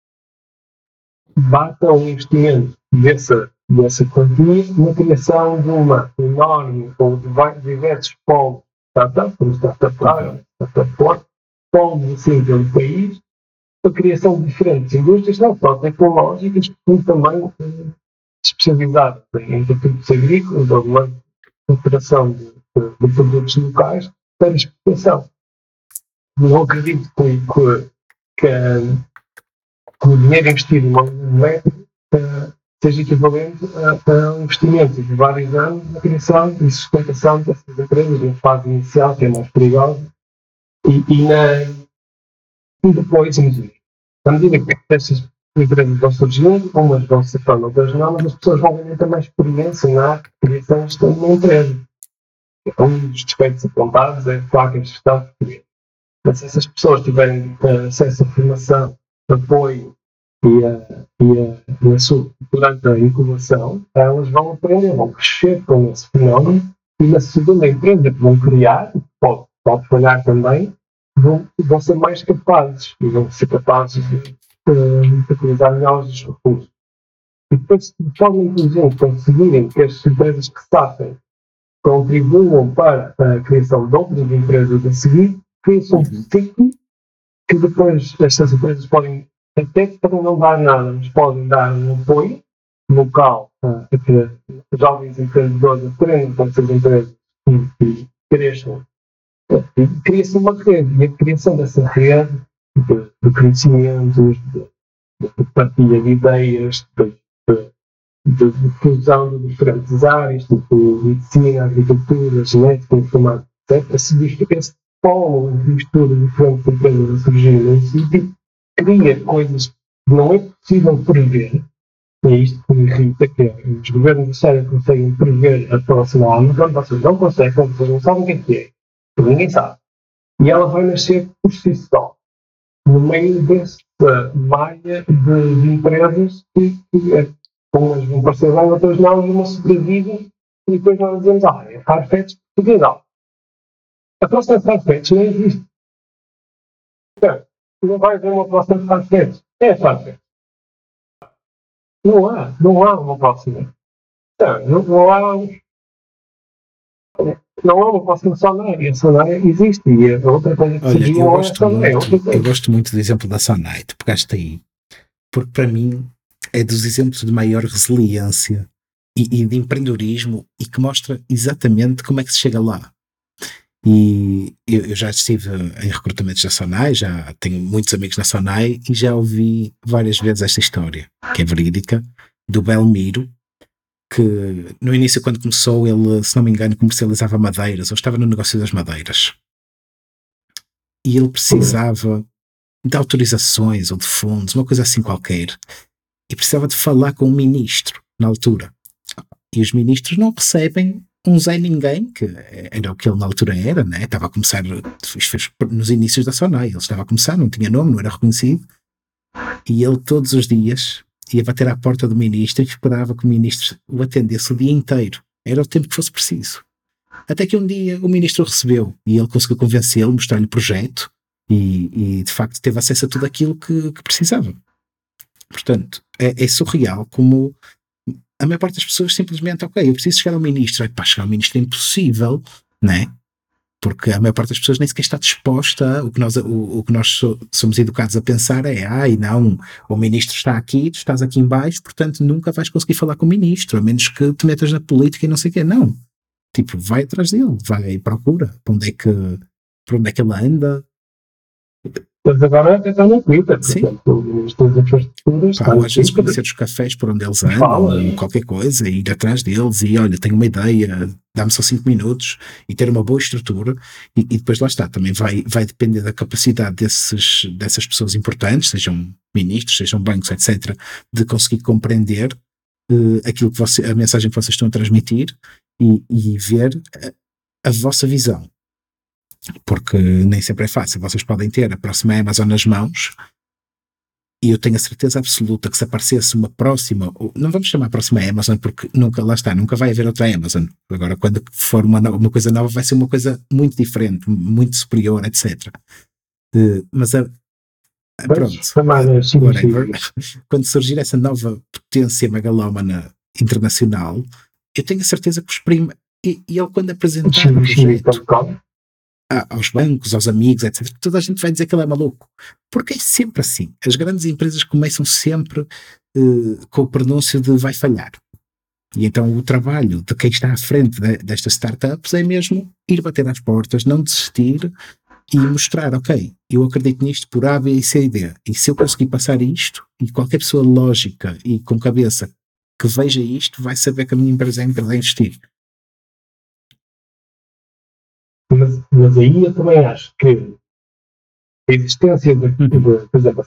Speaker 1: bata um investimento dessa quantia na criação de uma enorme, ou de diversos polos startup, como Startup Praga, Startup Porto, polos assim pelo país, a criação de diferentes indústrias, não só tecnológicas, como também especializadas em produtos agrícolas ou na operação de produtos locais para exportação. Não acredito que o dinheiro investido numa método seja equivalente a um investimento de vários anos na criação e sustentação dessas empresas na fase inicial, que é mais perigosa, e depois, à medida que essas empresas vão surgindo, umas vão se tornando, outras não, mas as pessoas vão ganhar também experiência na criação de uma empresa. Um dos defeitos apontados é, claro, que a gestão portuguesa. Mas se essas pessoas tiverem acesso à formação, apoio durante a incubação, elas vão aprender, vão crescer com esse fenómeno e na segunda empresa que vão criar, pode falhar também, vão ser mais capazes e vão ser capazes de utilizar melhores os recursos. E depois, de forma inteligente, conseguirem que as empresas que safem contribuam para a criação de outras empresas a seguir, cria-se um ciclo que depois estas empresas podem não dar nada, mas podem dar um apoio local a que jovens empreendedores aprendam com essas empresas e cresçam. Cria-se uma rede, e a criação dessa rede de conhecimentos, de partilha de ideias, de fusão de diferentes áreas, tipo medicina, agricultura, genética, informática, etc. Significa esse polo de mistura de diferentes empresas a surgir num sítio, cria coisas que não é possível prever. E é isto que me irrita, que os governos da China conseguem prever a próxima Amazon, vocês não conseguem, vocês não sabem o que é, porque ninguém sabe. E ela vai nascer por si só, no meio dessa malha de empresas que umas vão parecer bem, outras não, e uma sobrevive, e depois nós dizemos, é Farfetch Portugal. A próxima Farfetch não existe. Então, não vai haver uma próxima Farfetch. É Farfetch. Não há uma próxima. Não há uma próxima Sonai. A Sonai existe e a outra coisa que surgiu não é a Sonai.
Speaker 2: Eu gosto muito do exemplo da Sonai, tu pegaste aí, porque para mim é dos exemplos de maior resiliência e de empreendedorismo e que mostra exatamente como é que se chega lá. E eu já estive em recrutamentos da Sonai, já tenho muitos amigos na Sonai e já ouvi várias vezes esta história, que é verídica, do Belmiro, que no início, quando começou, ele, se não me engano, comercializava madeiras, ou estava no negócio das madeiras. E ele precisava de autorizações ou de fundos, uma coisa assim qualquer, e precisava de falar com um ministro, na altura. E os ministros não recebem um Zé Ninguém, que era o que ele na altura era, né? Estava a começar, nos inícios da Sonai, ele estava a começar, não tinha nome, não era reconhecido, e ele todos os dias ia bater à porta do ministro e esperava que o ministro o atendesse o dia inteiro. Era o tempo que fosse preciso. Até que um dia o ministro o recebeu e ele conseguiu convencê-lo, mostrar-lhe o projeto e de facto teve acesso a tudo aquilo que precisava. Portanto, é surreal como a maior parte das pessoas simplesmente, ok, eu preciso chegar ao ministro. Chegar ao ministro é impossível, né? Porque a maior parte das pessoas nem sequer está disposta a o que nós somos educados a pensar é, não, o ministro está aqui, tu estás aqui em baixo, portanto nunca vais conseguir falar com o ministro, a menos que te metas na política e não sei o quê. Não. Tipo, vai atrás dele, vai e procura para onde é que ele anda.
Speaker 1: Mas agora até está no Twitter,
Speaker 2: sim.
Speaker 1: Ou
Speaker 2: às vezes conhecer os cafés por onde eles andam, ou qualquer coisa, e ir atrás deles e olha, tenho uma ideia, dá-me só 5 minutos e ter uma boa estrutura e depois lá está, também vai depender da capacidade dessas pessoas importantes, sejam ministros, sejam bancos, etc., de conseguir compreender aquilo que a mensagem que vocês estão a transmitir e ver a vossa visão. Porque nem sempre é fácil. Vocês podem ter a próxima Amazon nas mãos e eu tenho a certeza absoluta que se aparecesse uma próxima, não vamos chamar a próxima Amazon porque nunca vai haver outra Amazon. Agora quando for uma coisa nova vai ser uma coisa muito diferente, muito superior, etc. Mas pronto, whatever. Quando surgir essa nova potência megalómana internacional, eu tenho a certeza que e ele quando apresentar o projeto aos bancos, aos amigos, etc., toda a gente vai dizer que ele é maluco. Porque é sempre assim. As grandes empresas começam sempre com o pronúncio de vai falhar. E então o trabalho de quem está à frente destas startups é mesmo ir bater às portas, não desistir e mostrar, ok, eu acredito nisto por A, B e C e D. E se eu conseguir passar isto, e qualquer pessoa lógica e com cabeça que veja isto, vai saber que a minha empresa é a empresa a investir.
Speaker 1: Mas aí eu também acho que a existência por exemplo,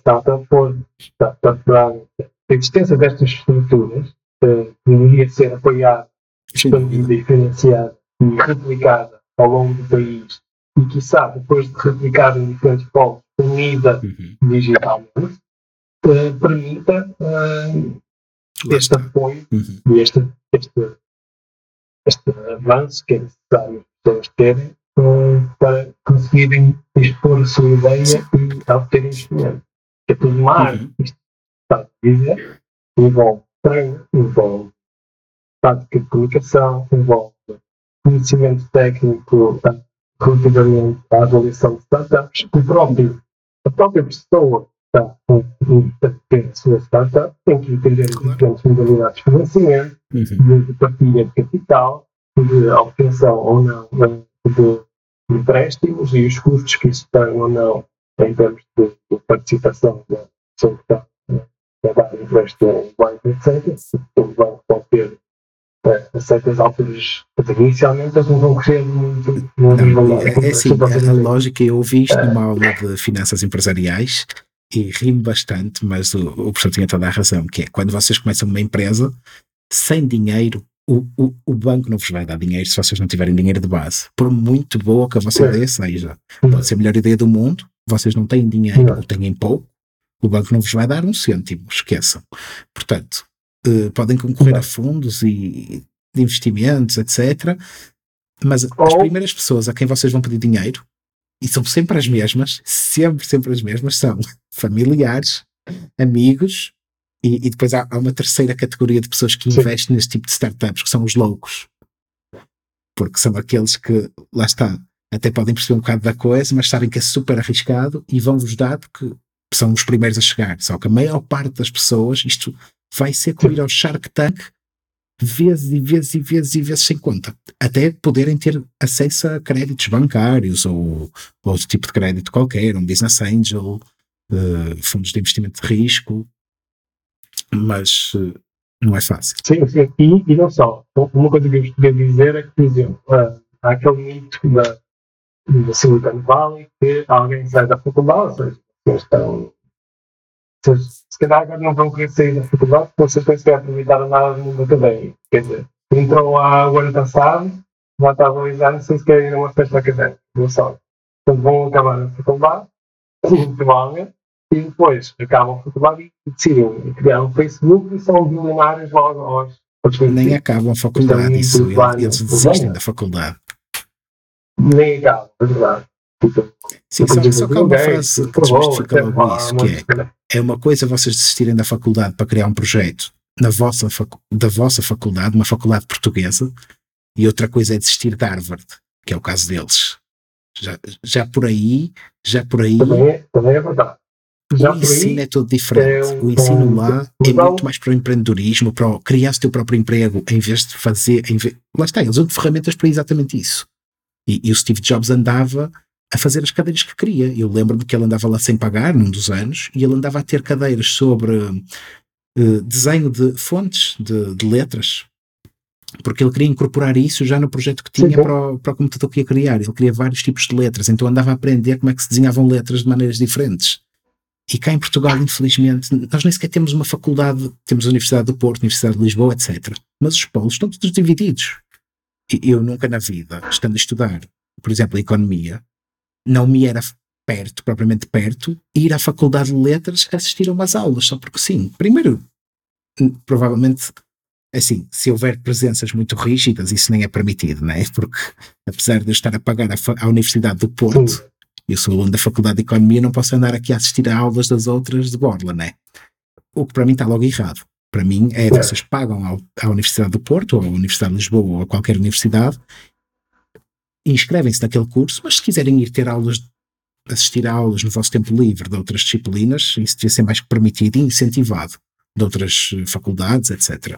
Speaker 1: a existência destas estruturas deveria ser apoiada, expandida e financiada e replicada ao longo do país e, quiçá, depois de replicada em diferentes povos, unida digitalmente, permita este apoio e este avanço que é necessário as pessoas terem para conseguirem expor a sua ideia e obter investimento. É tudo uma arte. Isto está a dizer, envolve treino, envolve prática de comunicação, envolve conhecimento técnico relativamente à avaliação de startups. A própria pessoa que está a ter a sua startup tem que entender as diferentes modalidades de financiamento, de partilha de capital, de obtenção ou não de empréstimos e os custos que isso tem ou não em termos de participação da pessoa que está a dar empréstimo em banco, etc. O banco pode ter a certas alturas, inicialmente eles não vão crescer muito.
Speaker 2: É assim, a lógica, eu ouvi isto numa aula de finanças empresariais e rimo bastante, mas o professor tinha toda a razão, que é quando vocês começam uma empresa, sem dinheiro, o banco não vos vai dar dinheiro se vocês não tiverem dinheiro de base. Por muito boa que a vossa ideia seja, pode ser a melhor ideia do mundo, vocês não têm dinheiro ou têm pouco, o banco não vos vai dar um cêntimo, esqueçam. Portanto, podem concorrer a fundos e de investimentos, etc. Mas as primeiras pessoas a quem vocês vão pedir dinheiro, e são sempre as mesmas, sempre as mesmas, são familiares, amigos, e depois há uma terceira categoria de pessoas que investem neste tipo de startups, que são os loucos. Porque são aqueles que, lá está, até podem perceber um bocado da coisa, mas sabem que é super arriscado e vão-vos dar porque são os primeiros a chegar. Só que a maior parte das pessoas, isto vai ser como ir ao Shark Tank vezes e vezes sem conta, até poderem ter acesso a créditos bancários ou outro tipo de crédito qualquer, um business angel, fundos de investimento de risco, mas não é fácil.
Speaker 1: Sim, e não só. Uma coisa que eu gostaria de dizer é que, por exemplo, há aquele mito da Silicon Valley que alguém sai da faculdade, ou seja, eles estão se calhar agora não vão querer sair da faculdade porque vocês têm que aproveitar nada do mundo académico. Quer dizer, entrou há o ano passado, já está valorizado, sem sequer ir a uma festa académica. Boa sorte. Portanto, vão acabar a faculdade, provavelmente, e depois acabam a faculdade e decidem criar um Facebook e são bilionários logo aos
Speaker 2: nem acabam a faculdade, isso, eles desistem da faculdade.
Speaker 1: Nem acabam, é verdade.
Speaker 2: Sim, só que há uma frase que justifica logo isso, que é uma coisa vocês desistirem da faculdade para criar um projeto da vossa faculdade, uma faculdade portuguesa, e outra coisa é desistir de Harvard, que é o caso deles. Já por aí
Speaker 1: também é verdade.
Speaker 2: O ensino é todo diferente. O ensino lá é muito mais para o empreendedorismo, para criar o teu próprio emprego, em vez de fazer. Lá está, eles usam ferramentas para exatamente isso. E o Steve Jobs andava a fazer as cadeiras que queria. Eu lembro-me que ele andava lá sem pagar, num dos anos, e ele andava a ter cadeiras sobre desenho de fontes de letras, porque ele queria incorporar isso já no projeto que tinha para o computador que ia criar. Ele queria vários tipos de letras, então andava a aprender como é que se desenhavam letras de maneiras diferentes. E cá em Portugal, infelizmente, nós nem sequer temos uma faculdade, temos a Universidade do Porto, a Universidade de Lisboa, etc. Mas os polos estão todos divididos. E eu nunca na vida, estando a estudar, por exemplo, a economia, não me era propriamente perto, ir à Faculdade de Letras assistir a umas aulas, só porque sim. Primeiro, provavelmente, assim, se houver presenças muito rígidas, isso nem é permitido, não é? Porque, apesar de eu estar a pagar a Universidade do Porto, eu sou aluno da Faculdade de Economia, não posso andar aqui a assistir a aulas das outras de borla, não é? O que para mim está logo errado. Para mim é vocês pagam à Universidade do Porto, ou à Universidade de Lisboa, ou a qualquer universidade, inscrevem-se naquele curso, mas se quiserem ir ter aulas, assistir a aulas no vosso tempo livre de outras disciplinas, isso devia ser mais que permitido e incentivado, de outras faculdades, etc.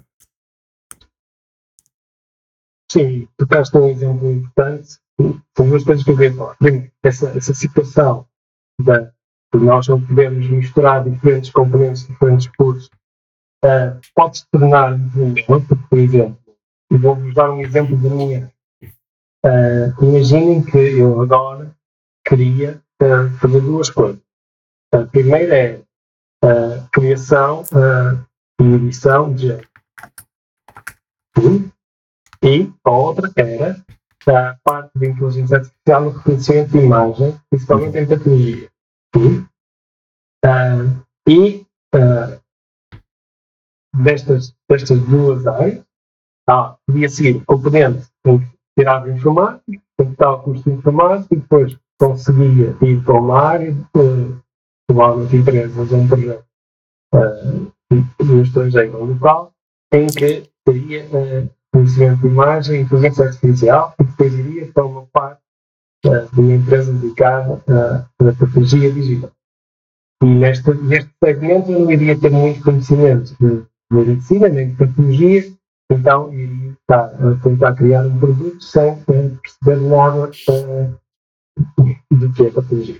Speaker 1: Sim, tu tens um exemplo importante. São duas coisas que eu queria falar. Primeiro, essa situação de nós não podermos misturar diferentes componentes, diferentes cursos, pode-se tornar um problema, porque, por exemplo, e vou-vos dar um exemplo de minha. Imaginem que eu agora queria fazer duas coisas. A primeira é a criação e edição de e a outra era a parte de inteligência artificial no reconhecimento de imagem, principalmente em patologia. Destas duas áreas, podia seguir o componente em que tirava informática, tal curso de informática e depois conseguia ir para uma área, provavelmente empresas ou um projeto no estrangeiro ou local, em que teria conhecimento de imagem e inteligência artificial e depois iria para uma parte de uma empresa dedicada à tecnologia digital. E neste segmento eu não iria ter muito conhecimento de medicina nem de tecnologia, então iria estar a tentar criar um produto sem perceber nada do que é tecnologia.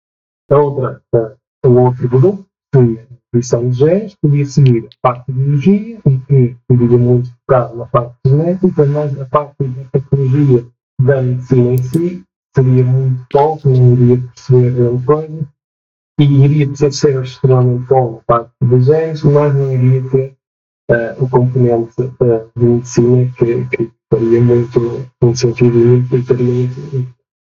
Speaker 1: O outro grupo seria a edição de genes, podia seguir a parte de biologia, em que iria muito focado na parte de genética, mas a parte da tecnologia da medicina em si seria muito pouco, não iria perceber grande coisa, e iria ser extremamente bom na parte de genes, mas não iria ter o componente de medicina que faria muito sentido e teria muito.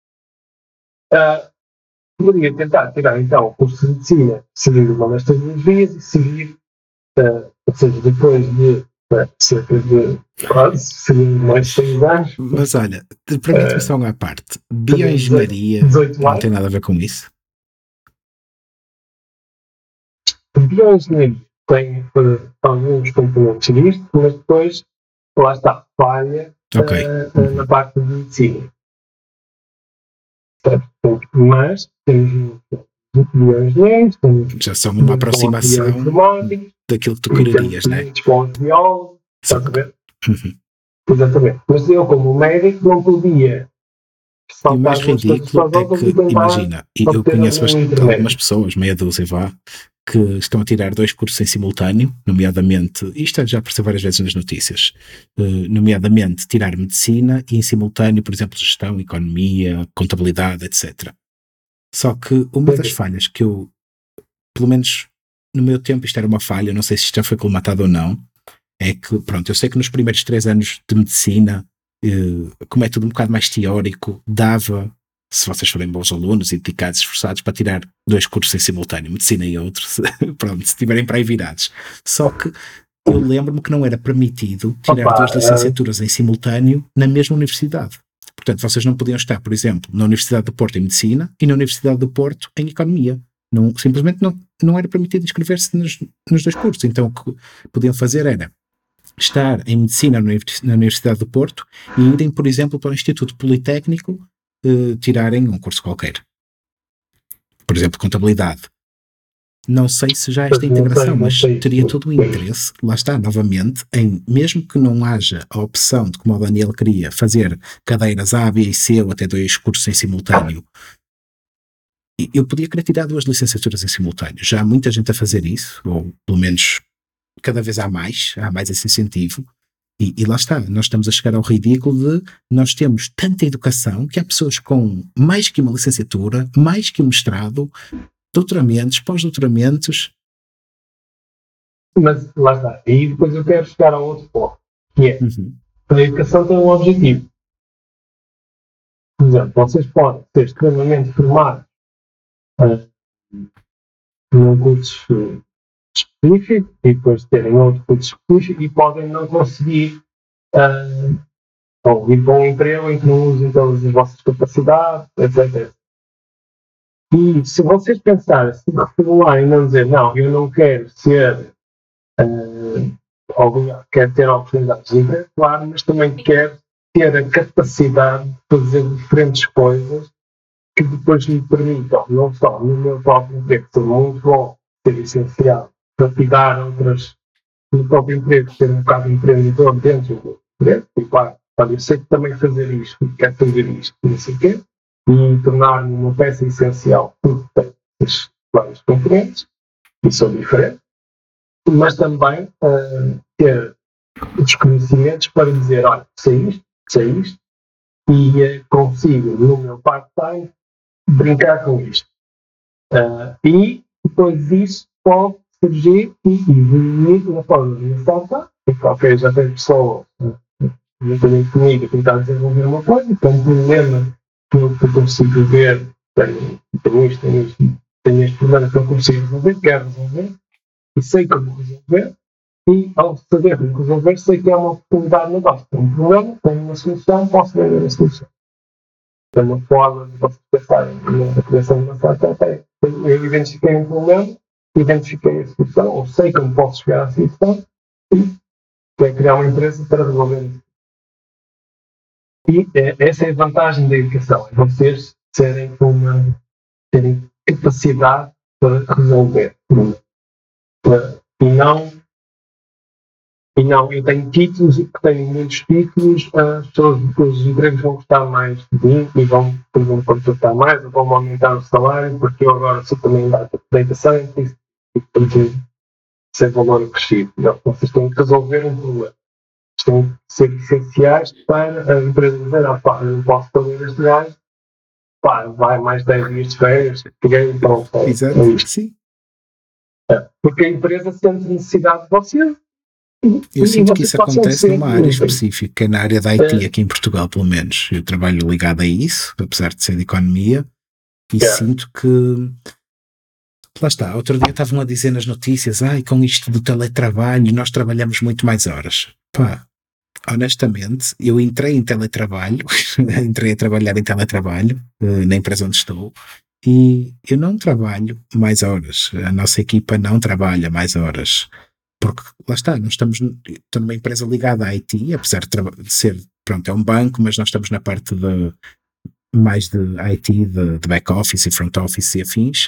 Speaker 1: Poderia tentar tirar então o curso de medicina, seguir uma destas duas vias e seguir, ou seja, depois de cerca de quase, seria mais de 6 anos.
Speaker 2: Mas olha, permite-me só uma parte. Bioengenharia 18 não tem nada a ver com isso?
Speaker 1: Bioengenharia tem alguns componentes disto, mas depois, lá está, falha na parte de medicina. Mas temos bioengenheiros,
Speaker 2: já são uma aproximação daquilo que tu querias, não é?
Speaker 1: Biólogos, estás a ver? Exatamente. Mas eu, como médico, não podia.
Speaker 2: E o mais ridículo é que, imagina, eu conheço algumas pessoas, meia dúzia que estão a tirar 2 cursos em simultâneo, nomeadamente, isto já apareceu várias vezes nas notícias, nomeadamente tirar medicina e em simultâneo, por exemplo, gestão, economia, contabilidade, etc. Só que uma das falhas que eu, pelo menos no meu tempo, isto era uma falha, não sei se isto já foi colmatado ou não, é que, pronto, eu sei que nos primeiros 3 anos de medicina, como é tudo um bocado mais teórico, dava, se vocês forem bons alunos e dedicados, esforçados, para tirar 2 cursos em simultâneo, medicina e outro, pronto, se estiverem para aí virados. Só que eu lembro-me que não era permitido tirar 2 licenciaturas em simultâneo na mesma universidade. Portanto, vocês não podiam estar, por exemplo, na Universidade do Porto em medicina e na Universidade do Porto em economia. Não, simplesmente não era permitido inscrever-se nos 2 cursos. Então o que podiam fazer era estar em medicina na Universidade do Porto e irem, por exemplo, para o Instituto Politécnico tirarem um curso qualquer. Por exemplo, contabilidade. Não sei se já há esta integração, mas teria todo o interesse, lá está, novamente, em, mesmo que não haja a opção de, como o Daniel queria, fazer cadeiras A, B e C ou até 2 cursos em simultâneo, eu podia querer tirar 2 licenciaturas em simultâneo. Já há muita gente a fazer isso, ou pelo menos cada vez há mais esse incentivo, e lá está, nós estamos a chegar ao ridículo de nós temos tanta educação que há pessoas com mais que uma licenciatura, mais que um mestrado, doutoramentos, pós-doutoramentos.
Speaker 1: Mas lá está, e depois eu quero chegar a outro ponto, que é, a educação tem um objetivo. Por exemplo, vocês podem ser extremamente formados num curso específico e depois terem outro curso específico e podem não conseguir ou ir para um emprego em que não usem todas as vossas capacidades, etc. E se vocês pensarem, se reformularem e não dizer, não, eu não quero ser quero ter oportunidades de emprego, claro, mas também quero ter a capacidade de fazer diferentes coisas que depois me permitam, não só no meu próprio emprego, ser muito bom, ser essencial, para tirar outras no próprio emprego, ter um bocado de empreendedor dentro do emprego, e claro, eu sei que também fazer isto, quero fazer isto, não sei o quê, e tornar-me uma peça essencial, porque tem esses vários componentes, e são diferentes, mas também ter os conhecimentos para dizer, olha, sei isto, e consigo, no meu part-time, brincar com isto. E depois disso pode surgir e evoluir na forma de uma startup, porque ok, já tem pessoas juntamente comigo a tentar desenvolver uma coisa, então um problema que eu consigo ver, tenho este problema que eu consigo resolver, quero resolver, e sei como resolver, e ao saber como resolver, sei que é uma oportunidade de negócio. Tem um problema, tenho uma solução, posso vender a solução. é uma forma de vocês pensarem na criação de uma startup. Eu identifiquei um problema, identifiquei a solução, ou sei como posso chegar à solução, e é criar uma empresa para resolver isso. E essa é a vantagem da educação, é vocês terem capacidade para resolver. E não, eu tenho títulos e porque tenho muitos títulos, os empregos vão custar mais de mim e vão contratar mais, ou vão aumentar o salário, porque eu agora sou também data scientist e preciso ser valor acrescido. Não, vocês têm que resolver um problema. Têm que ser essenciais para a empresa dizer, eu não posso fazer este gajo, vai mais 10 dias de férias, então
Speaker 2: exato, sim.
Speaker 1: Porque a empresa sente necessidade de vocês.
Speaker 2: Eu sinto que isso acontece numa área específica, que é na área da IT aqui em Portugal, pelo menos. Eu trabalho ligado a isso, apesar de ser de economia, e sinto que lá está, outro dia estavam a dizer nas notícias, com isto do teletrabalho nós trabalhamos muito mais horas. Honestamente, eu entrei em teletrabalho, entrei a trabalhar em teletrabalho, na empresa onde estou, e eu não trabalho mais horas, a nossa equipa não trabalha mais horas, porque lá está, estou numa empresa ligada à IT, apesar de ser, é um banco, mas nós estamos na parte mais de IT, de back office e front office e afins.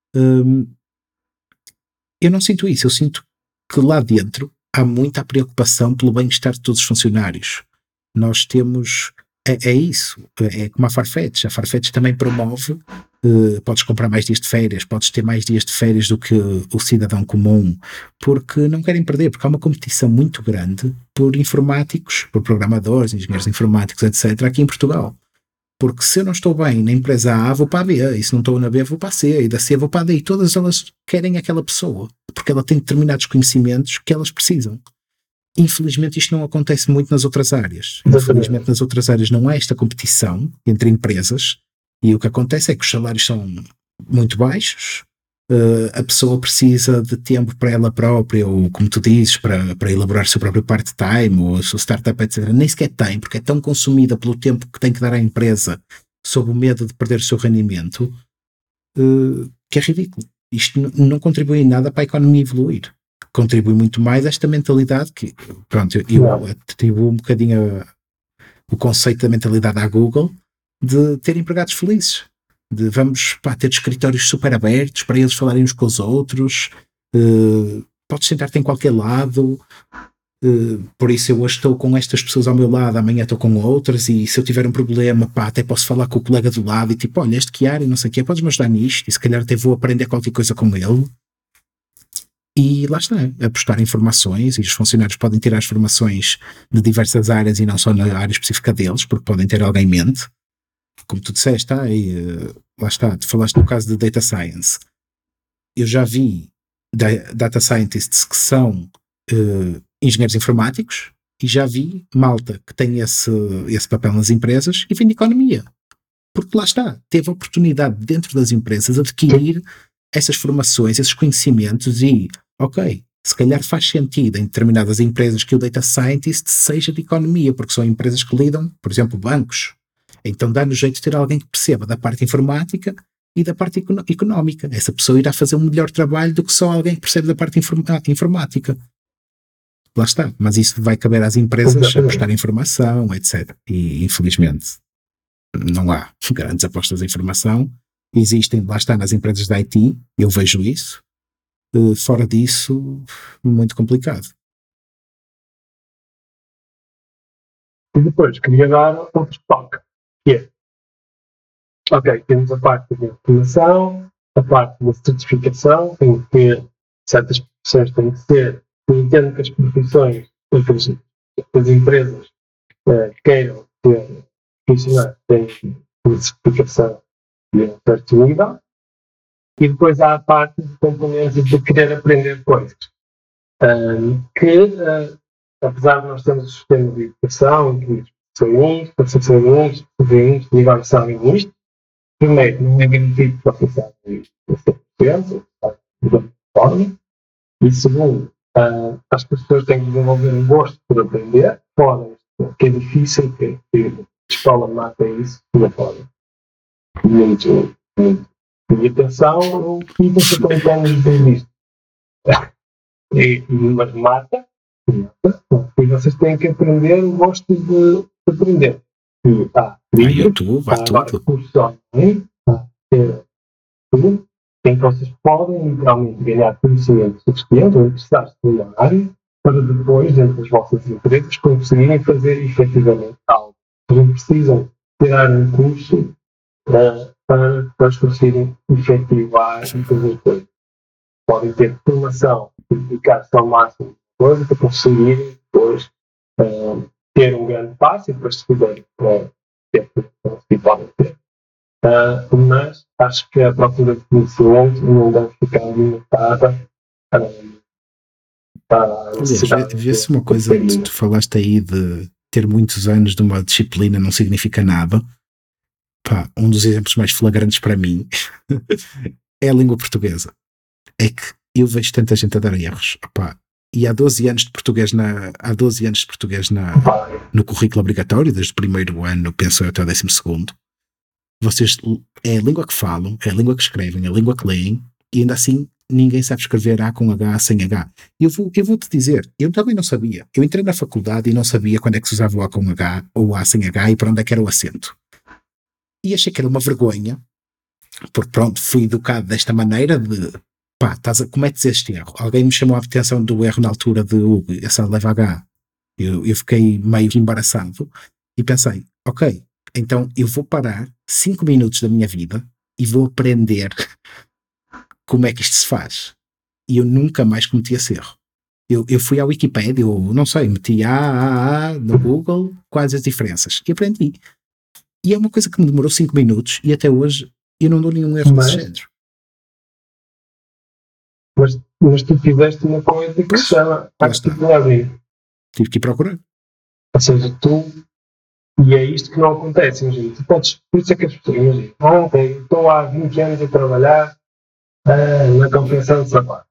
Speaker 2: Eu não sinto isso, eu sinto que lá dentro há muita preocupação pelo bem-estar de todos os funcionários. Nós temos, é isso, é como a Farfetch também promove, podes comprar mais dias de férias, podes ter mais dias de férias do que o cidadão comum, porque não querem perder, porque há uma competição muito grande por informáticos, por programadores, engenheiros informáticos, etc., aqui em Portugal. Porque se eu não estou bem na empresa A, vou para a B, e se não estou na B, vou para a C, e da C vou para a D, e todas elas querem aquela pessoa, porque ela tem determinados conhecimentos que elas precisam. Infelizmente isto não acontece muito nas outras áreas. Infelizmente nas outras áreas não há esta competição entre empresas, e o que acontece é que os salários são muito baixos, a pessoa precisa de tempo para ela própria, ou como tu dizes, para elaborar o seu próprio part-time, ou a sua startup, etc. Nem sequer tem, porque é tão consumida pelo tempo que tem que dar à empresa, sob o medo de perder o seu rendimento, que é ridículo. Isto não contribui em nada para a economia evoluir. Contribui muito mais esta mentalidade que, eu atribuo um bocadinho o conceito da mentalidade à Google, de ter empregados felizes. De vamos ter escritórios super abertos para eles falarem uns com os outros, podes sentar-te em qualquer lado, por isso eu hoje estou com estas pessoas ao meu lado, amanhã estou com outras, e se eu tiver um problema, até posso falar com o colega do lado e tipo, olha, este Chiara, não sei o quê, podes-me ajudar nisto, e se calhar até vou aprender qualquer coisa com ele. E lá está, apostar informações, e os funcionários podem tirar as formações de diversas áreas e não só na área específica deles, porque podem ter alguém em mente. Como tu disseste, lá está, tu falaste no caso de Data Science. Eu já vi Data Scientists que são engenheiros informáticos, e já vi malta que tem esse papel nas empresas e vem de economia. Porque lá está, teve a oportunidade dentro das empresas de adquirir essas formações, esses conhecimentos e, se calhar faz sentido em determinadas empresas que o Data Scientist seja de economia, porque são empresas que lidam, por exemplo, bancos. Então dá-nos jeito de ter alguém que perceba da parte informática e da parte económica. Essa pessoa irá fazer um melhor trabalho do que só alguém que percebe da parte informática. Lá está. Mas isso vai caber às empresas apostar em informação, etc. E infelizmente não há grandes apostas em informação. Existem, lá está, nas empresas da IT, eu vejo isso. Fora disso, muito complicado.
Speaker 1: E depois queria dar outro toque. Temos a parte da informação, a parte da certificação, em que certas profissões têm que ser, eu entendo que as profissões, as empresas queiram ter profissionais que têm uma certificação de um certo nível, e depois há a parte de componentes de querer aprender coisas. Apesar de nós termos o sistema de educação, em que para ser CCIs, e agora sabem isto, primeiro, não é garantido que vocês sabem isto a 100%, de forma, e segundo, as pessoas têm que desenvolver um gosto por aprender, fora que é difícil, que a escola mata isso, não podem. muito. E atenção, o que você tem anos de isto. Mas mata, e vocês têm que aprender o gosto de aprender. E
Speaker 2: YouTube, há tudo.
Speaker 1: Cursos online, tudo, em que vocês podem literalmente ganhar conhecimento suficiente ou interessar-se numa área para depois, dentro das vossas empresas, conseguirem fazer efetivamente algo. Não precisam tirar um curso para conseguirem efetivar e fazer coisas. Podem ter formação, dedicar-se ao máximo de coisa para conseguirem depois ter um grande passo e depois se puderem podem ter. Mas acho que a procura de conhecimento não deve ficar limitada
Speaker 2: Aliás, vê-se uma coisa que tu falaste aí de ter muitos anos de uma disciplina não significa nada. Pá, um dos exemplos mais flagrantes para mim é a língua portuguesa. É que eu vejo tanta gente a dar erros. Pá, e há 12 anos de português no currículo obrigatório, desde o primeiro ano, penso até o 12º. Vocês, é a língua que falam, é a língua que escrevem, é a língua que leem, e ainda assim ninguém sabe escrever A com H, sem H. Eu vou-te dizer, eu também não sabia. Eu entrei na faculdade e não sabia quando é que se usava o A com H ou o A sem H e para onde é que era o acento. E achei que era uma vergonha, porque pronto, fui educado desta maneira de, pá, cometes este erro. Alguém me chamou a atenção do erro na altura de essa leva H. Eu fiquei meio embaraçado e pensei, ok, então eu vou parar 5 minutos da minha vida e vou aprender como é que isto se faz. E eu nunca mais cometi esse erro. Eu fui à Wikipédia, eu não sei, meti A no Google, quais as diferenças, e aprendi. E é uma coisa que me demorou 5 minutos e até hoje eu não dou nenhum erro desse género.
Speaker 1: Mas tu fizeste uma coisa que se chama particularidade.
Speaker 2: Tive que ir procurar.
Speaker 1: Ou seja, e é isto que não acontece, imagina. Por isso é que as pessoas imaginam, ok, estou há 20 anos a trabalhar na confecção de sapatos.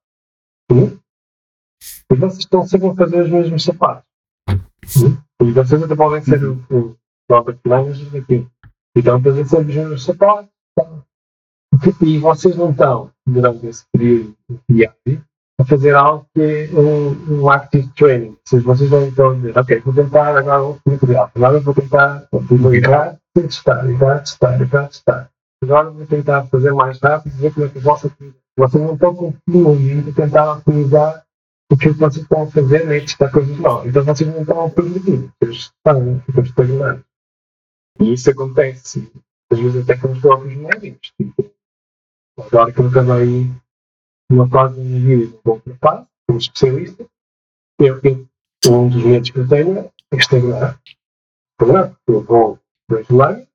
Speaker 1: E vocês estão sempre a fazer os mesmos sapatos. E vocês até podem ser o próprio manager daquilo. E estão a fazer sempre os mesmos sapatos. E vocês não estão, durante esse período diário, a fazer algo que é um active training. Ou seja, vocês não estão a dizer, ok, vou tentar agora o material. Agora vou tentar errar, testar. Agora vou tentar fazer mais rápido, ver como é que vocês não estão continuamente a tentar otimizar o que vocês estão a fazer, nem testar coisas novas. Então vocês não estão a progredir, vocês ficam estagnados. E isso acontece, às vezes até com os próprios médicos. Agora que eu acabei uma fase da minha vida de bom preparo, como especialista, um dos medos que eu tenho é estagnar. Eu vou para o lado,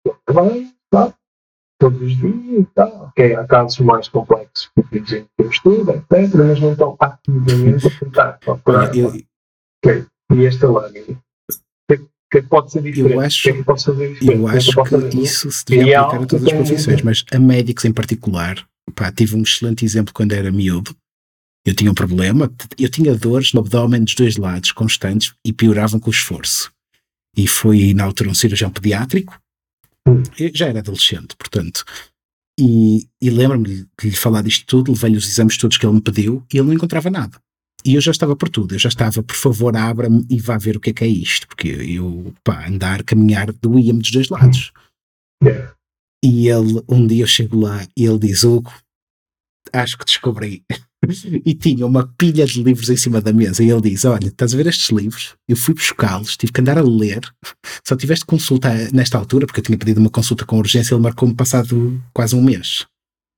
Speaker 1: todos os dias e tal. Ok, há casos mais complexos que dizem que eu estudo, etc., mas não estão ativamente a tentar procurar. Ok, e esta lágrima? Que pode ser diferente.
Speaker 2: Eu acho que isso se devia aplicar a todas as profissões, mas a médicos em particular, pá, tive um excelente exemplo quando era miúdo. Eu tinha um problema, eu tinha dores no abdômen dos 2 lados constantes e pioravam com o esforço. E fui na altura um cirurgião pediátrico, eu já era adolescente, portanto, e lembro-me de lhe falar disto tudo, levei-lhe os exames todos que ele me pediu e ele não encontrava nada. E eu já estava por tudo, eu já estava, por favor, abra-me e vá ver o que é isto, porque eu, caminhar, doía-me dos 2 lados. E ele, um dia eu chego lá e ele diz, Hugo, acho que descobri. E tinha uma pilha de livros em cima da mesa e ele diz, olha, estás a ver estes livros? Eu fui buscá-los, tive que andar a ler, só tiveste consulta nesta altura, porque eu tinha pedido uma consulta com urgência, ele marcou-me passado quase um mês.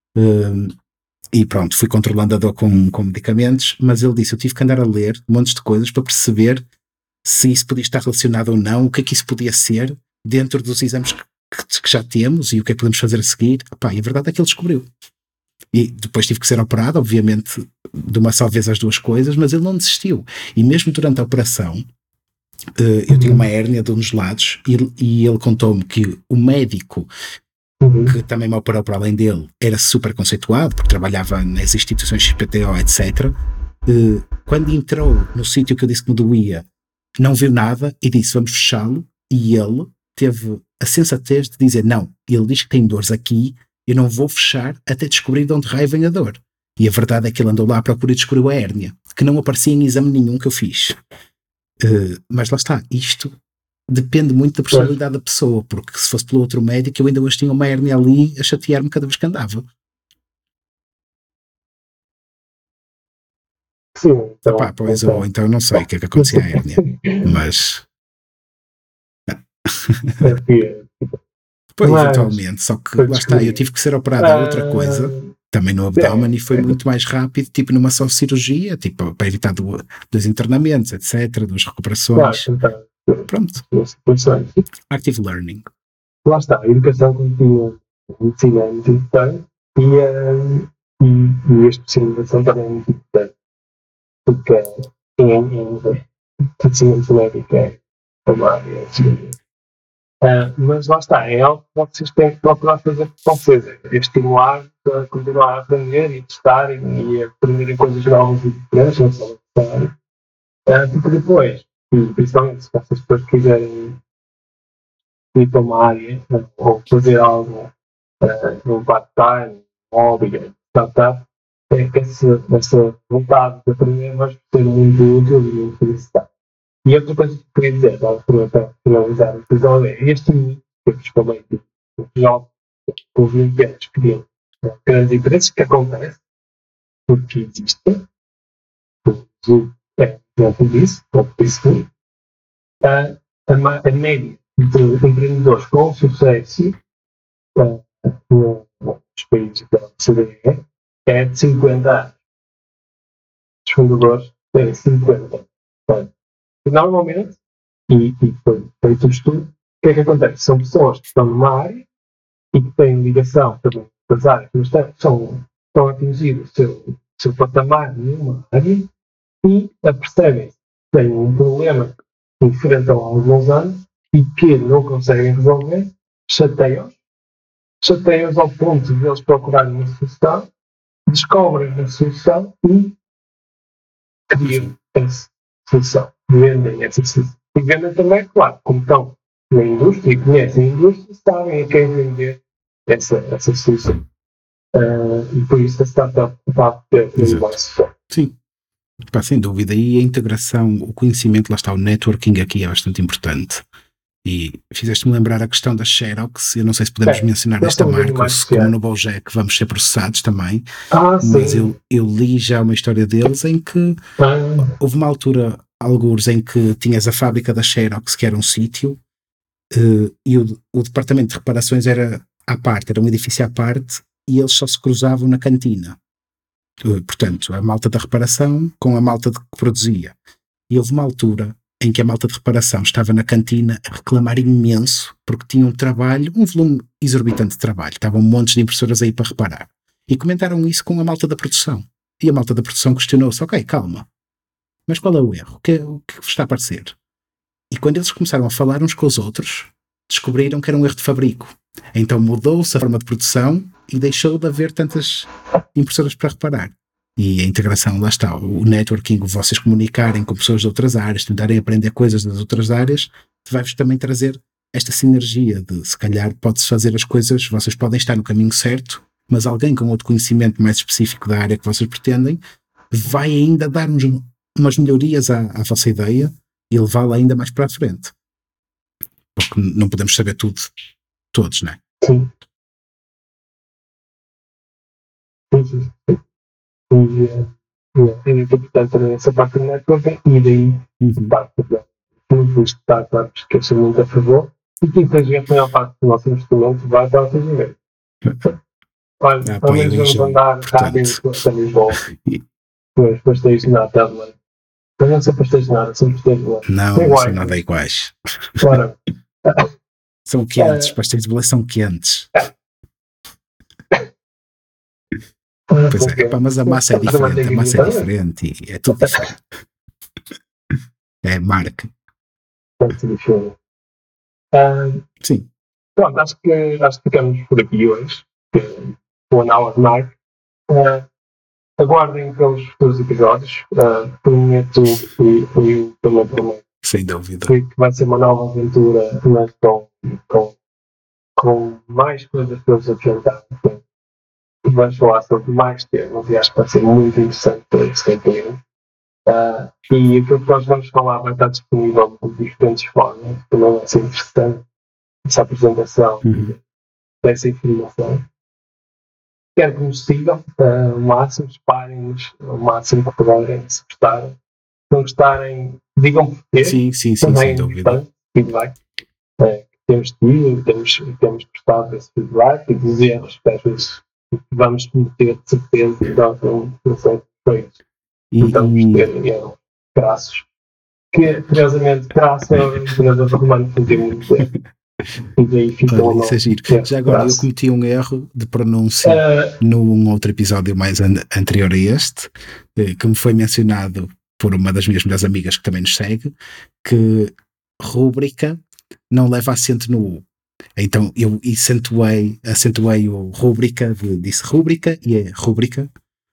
Speaker 2: E pronto, fui controlando a dor com medicamentos, mas ele disse, eu tive que andar a ler montes de coisas para perceber se isso podia estar relacionado ou não, o que é que isso podia ser dentro dos exames que já temos e o que é que podemos fazer a seguir. E a verdade é que ele descobriu. E depois tive que ser operado, obviamente, de uma só vez as 2 coisas, mas ele não desistiu. E mesmo durante a operação, eu tinha uma hérnia de um dos lados e ele contou-me que o médico que também me operou para além dele era super conceituado, porque trabalhava nas instituições XPTO, etc. Quando entrou no sítio que eu disse que me doía, não viu nada e disse, vamos fechá-lo. E ele teve a sensatez de dizer, não, ele diz que tem dores aqui, eu não vou fechar até descobrir de onde raio vem a dor. E a verdade é que ele andou lá à procura e descobriu a hérnia, que não aparecia em exame nenhum que eu fiz. Mas lá está, isto depende muito da personalidade da pessoa, porque se fosse pelo outro médico, eu ainda hoje tinha uma hérnia ali a chatear-me cada vez que andava.
Speaker 1: Sim,
Speaker 2: então, pois, ou então não sei o que é que acontecia à hérnia, mas... Pois, eventualmente, só que lá está, eu tive que ser operado a outra coisa, também no abdômen, e foi muito mais rápido, tipo numa só cirurgia, tipo, para evitar dos internamentos, etc., das recuperações. Pronto. Active learning.
Speaker 1: Lá está, a educação contínua, a medicina é muito importante e a especialização também é muito importante, porque a medicina genética é uma área de mas lá está, é algo que vocês têm que procurar fazer com vocês, é estimular a continuar a aprender e testarem e a aprenderem coisas novas e diferentes, não só porque depois, e principalmente se vocês depois quiserem ir para uma área ou fazer algo no part-time, hobby, startup, é que essa vontade de aprender vai ser muito útil e muito necessário. E outra coisa que eu queria dizer, para finalizar o episódio, é este mito que eu vos falei, os jovens, os empresas criam grandes empresas, que acontece, porque existem, exemplo disso, como disse, a média de empreendedores com sucesso nos países da OCDE é de 50 anos. Os fundadores têm 50 anos. E normalmente, e foi feito um estudo, o que é que acontece? São pessoas que estão numa área e que têm ligação também das áreas, mas estão a atingir o seu patamar numa área e apercebem que têm um problema que enfrentam há alguns anos e que não conseguem resolver, chateiam-os ao ponto de eles procurarem uma solução, descobrem a solução e criam essa solução, vendem essa solução. E vendem também, claro, como estão na indústria e conhecem a indústria, sabem a quem vender essa solução. E por isso a startup está a ter mais sucesso.
Speaker 2: Sim. Pá, sem dúvida, e a integração, o conhecimento, lá está, o networking aqui é bastante importante. E fizeste-me lembrar a questão da Xerox. Eu não sei se podemos mencionar esta marca, ou se como no Bojack vamos ser processados também, mas eu li já uma história deles em que houve uma altura, alguns, em que tinhas a fábrica da Xerox, que era um sítio, e o departamento de reparações era à parte, era um edifício à parte, e eles só se cruzavam na cantina. Portanto, a malta da reparação com a malta que produzia. E houve uma altura em que a malta de reparação estava na cantina a reclamar imenso porque tinha um volume exorbitante de trabalho. Estavam montes de impressoras aí para reparar. E comentaram isso com a malta da produção. E a malta da produção questionou-se, ok, calma, mas qual é o erro? O que vos está a parecer? E quando eles começaram a falar uns com os outros, descobriram que era um erro de fabrico. Então mudou-se a forma de produção e deixou de haver tantas impressoras para reparar. E a integração, lá está, o networking, vocês comunicarem com pessoas de outras áreas, tentarem aprender coisas das outras áreas, vai-vos também trazer esta sinergia de, se calhar, pode-se fazer as coisas, vocês podem estar no caminho certo, mas alguém com outro conhecimento mais específico da área que vocês pretendem, vai ainda dar umas melhorias à vossa ideia e levá-la ainda mais para a frente. Porque não podemos saber tudo, todos, não é?
Speaker 1: Sim. É muito importante também essa parte do networking e daí parte dos startups que eu sou muito a favor e que infelizmente a maior parte do nosso investimento vai para o atendimento. Olha, ao menos vamos andar rápido até Lisboa com os pastéis de nata. Mas não são pastéis de nata, são pastéis de leite.
Speaker 2: Não são nada iguais.
Speaker 1: Ora.
Speaker 2: São quentes, os pastéis de leite são quentes. Pois é, pá, mas a massa é diferente, e é tudo diferente. É marca. Sim.
Speaker 1: Pronto, acho que ficamos por aqui hoje. O An Hour Mark. Aguardem pelos futuros episódios. Prometo e também prometo
Speaker 2: Sem dúvida.
Speaker 1: Que vai ser uma nova aventura, mas com mais coisas para eles apresentar. Vamos falar sobre mais temas e acho que vai ser muito interessante para esse campeonato. E aquilo que nós vamos falar vai estar disponível de diferentes formas. Também vai ser interessante essa apresentação dessa informação. Quero que nos sigam o máximo, esparem-nos o máximo para poderem se gostarem. Se não gostarem, digam porquê.
Speaker 2: Sim,
Speaker 1: também
Speaker 2: sem dúvida.
Speaker 1: Feedback que temos tido, temos gostado desse feedback e dos erros que às vezes vamos cometer de certeza e não são feitos. Então vamos ter erros crassos. Que, curiosamente, crasso é uma empresa romana que tem muito erro. E daí fica
Speaker 2: isso é giro. Já agora eu cometi um erro de pronúncia num outro episódio mais anterior a este, que me foi mencionado por uma das minhas melhores amigas que também nos segue, que rúbrica não leva acento no U. Então eu acentuei o rúbrica, disse rúbrica e é rúbrica.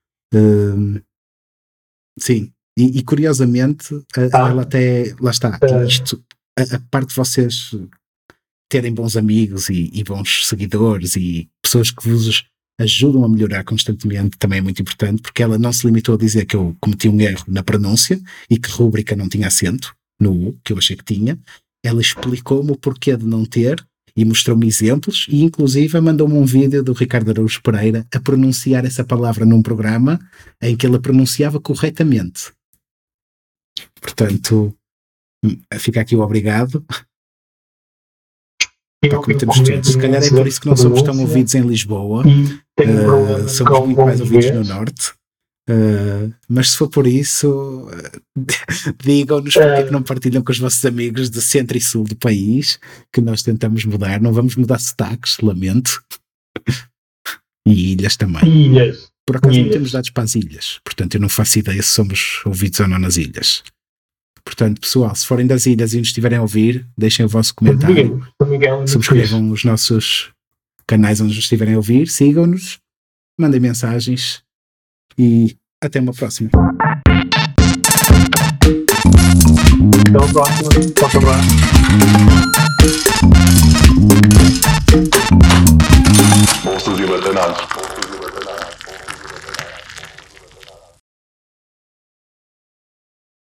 Speaker 2: Sim, e curiosamente ela até, lá está, isto, a parte de vocês terem bons amigos e bons seguidores e pessoas que vos ajudam a melhorar constantemente também é muito importante, porque ela não se limitou a dizer que eu cometi um erro na pronúncia e que rúbrica não tinha acento no U, que eu achei que tinha. Ela explicou-me o porquê de não ter e mostrou-me exemplos e inclusive mandou-me um vídeo do Ricardo Araújo Pereira a pronunciar essa palavra num programa em que ele a pronunciava corretamente. Portanto, fica aqui o obrigado. Se calhar é por isso que não somos tão ouvidos em Lisboa, somos muito mais ouvidos no Norte, mas se for por isso, digam-nos porque que não partilham com os vossos amigos do centro e sul do país, que nós tentamos mudar. Não vamos mudar sotaques, lamento. E ilhas também. Por acaso não temos dados para as ilhas, portanto eu não faço ideia se somos ouvidos ou não nas ilhas. Portanto, pessoal, se forem das ilhas e nos estiverem a ouvir, deixem o vosso comentário, subscrevam os nossos canais onde nos estiverem a ouvir, sigam-nos, mandem mensagens e até uma próxima.
Speaker 1: Até uma próxima. Forte abraço.
Speaker 3: Monstros e Batenados.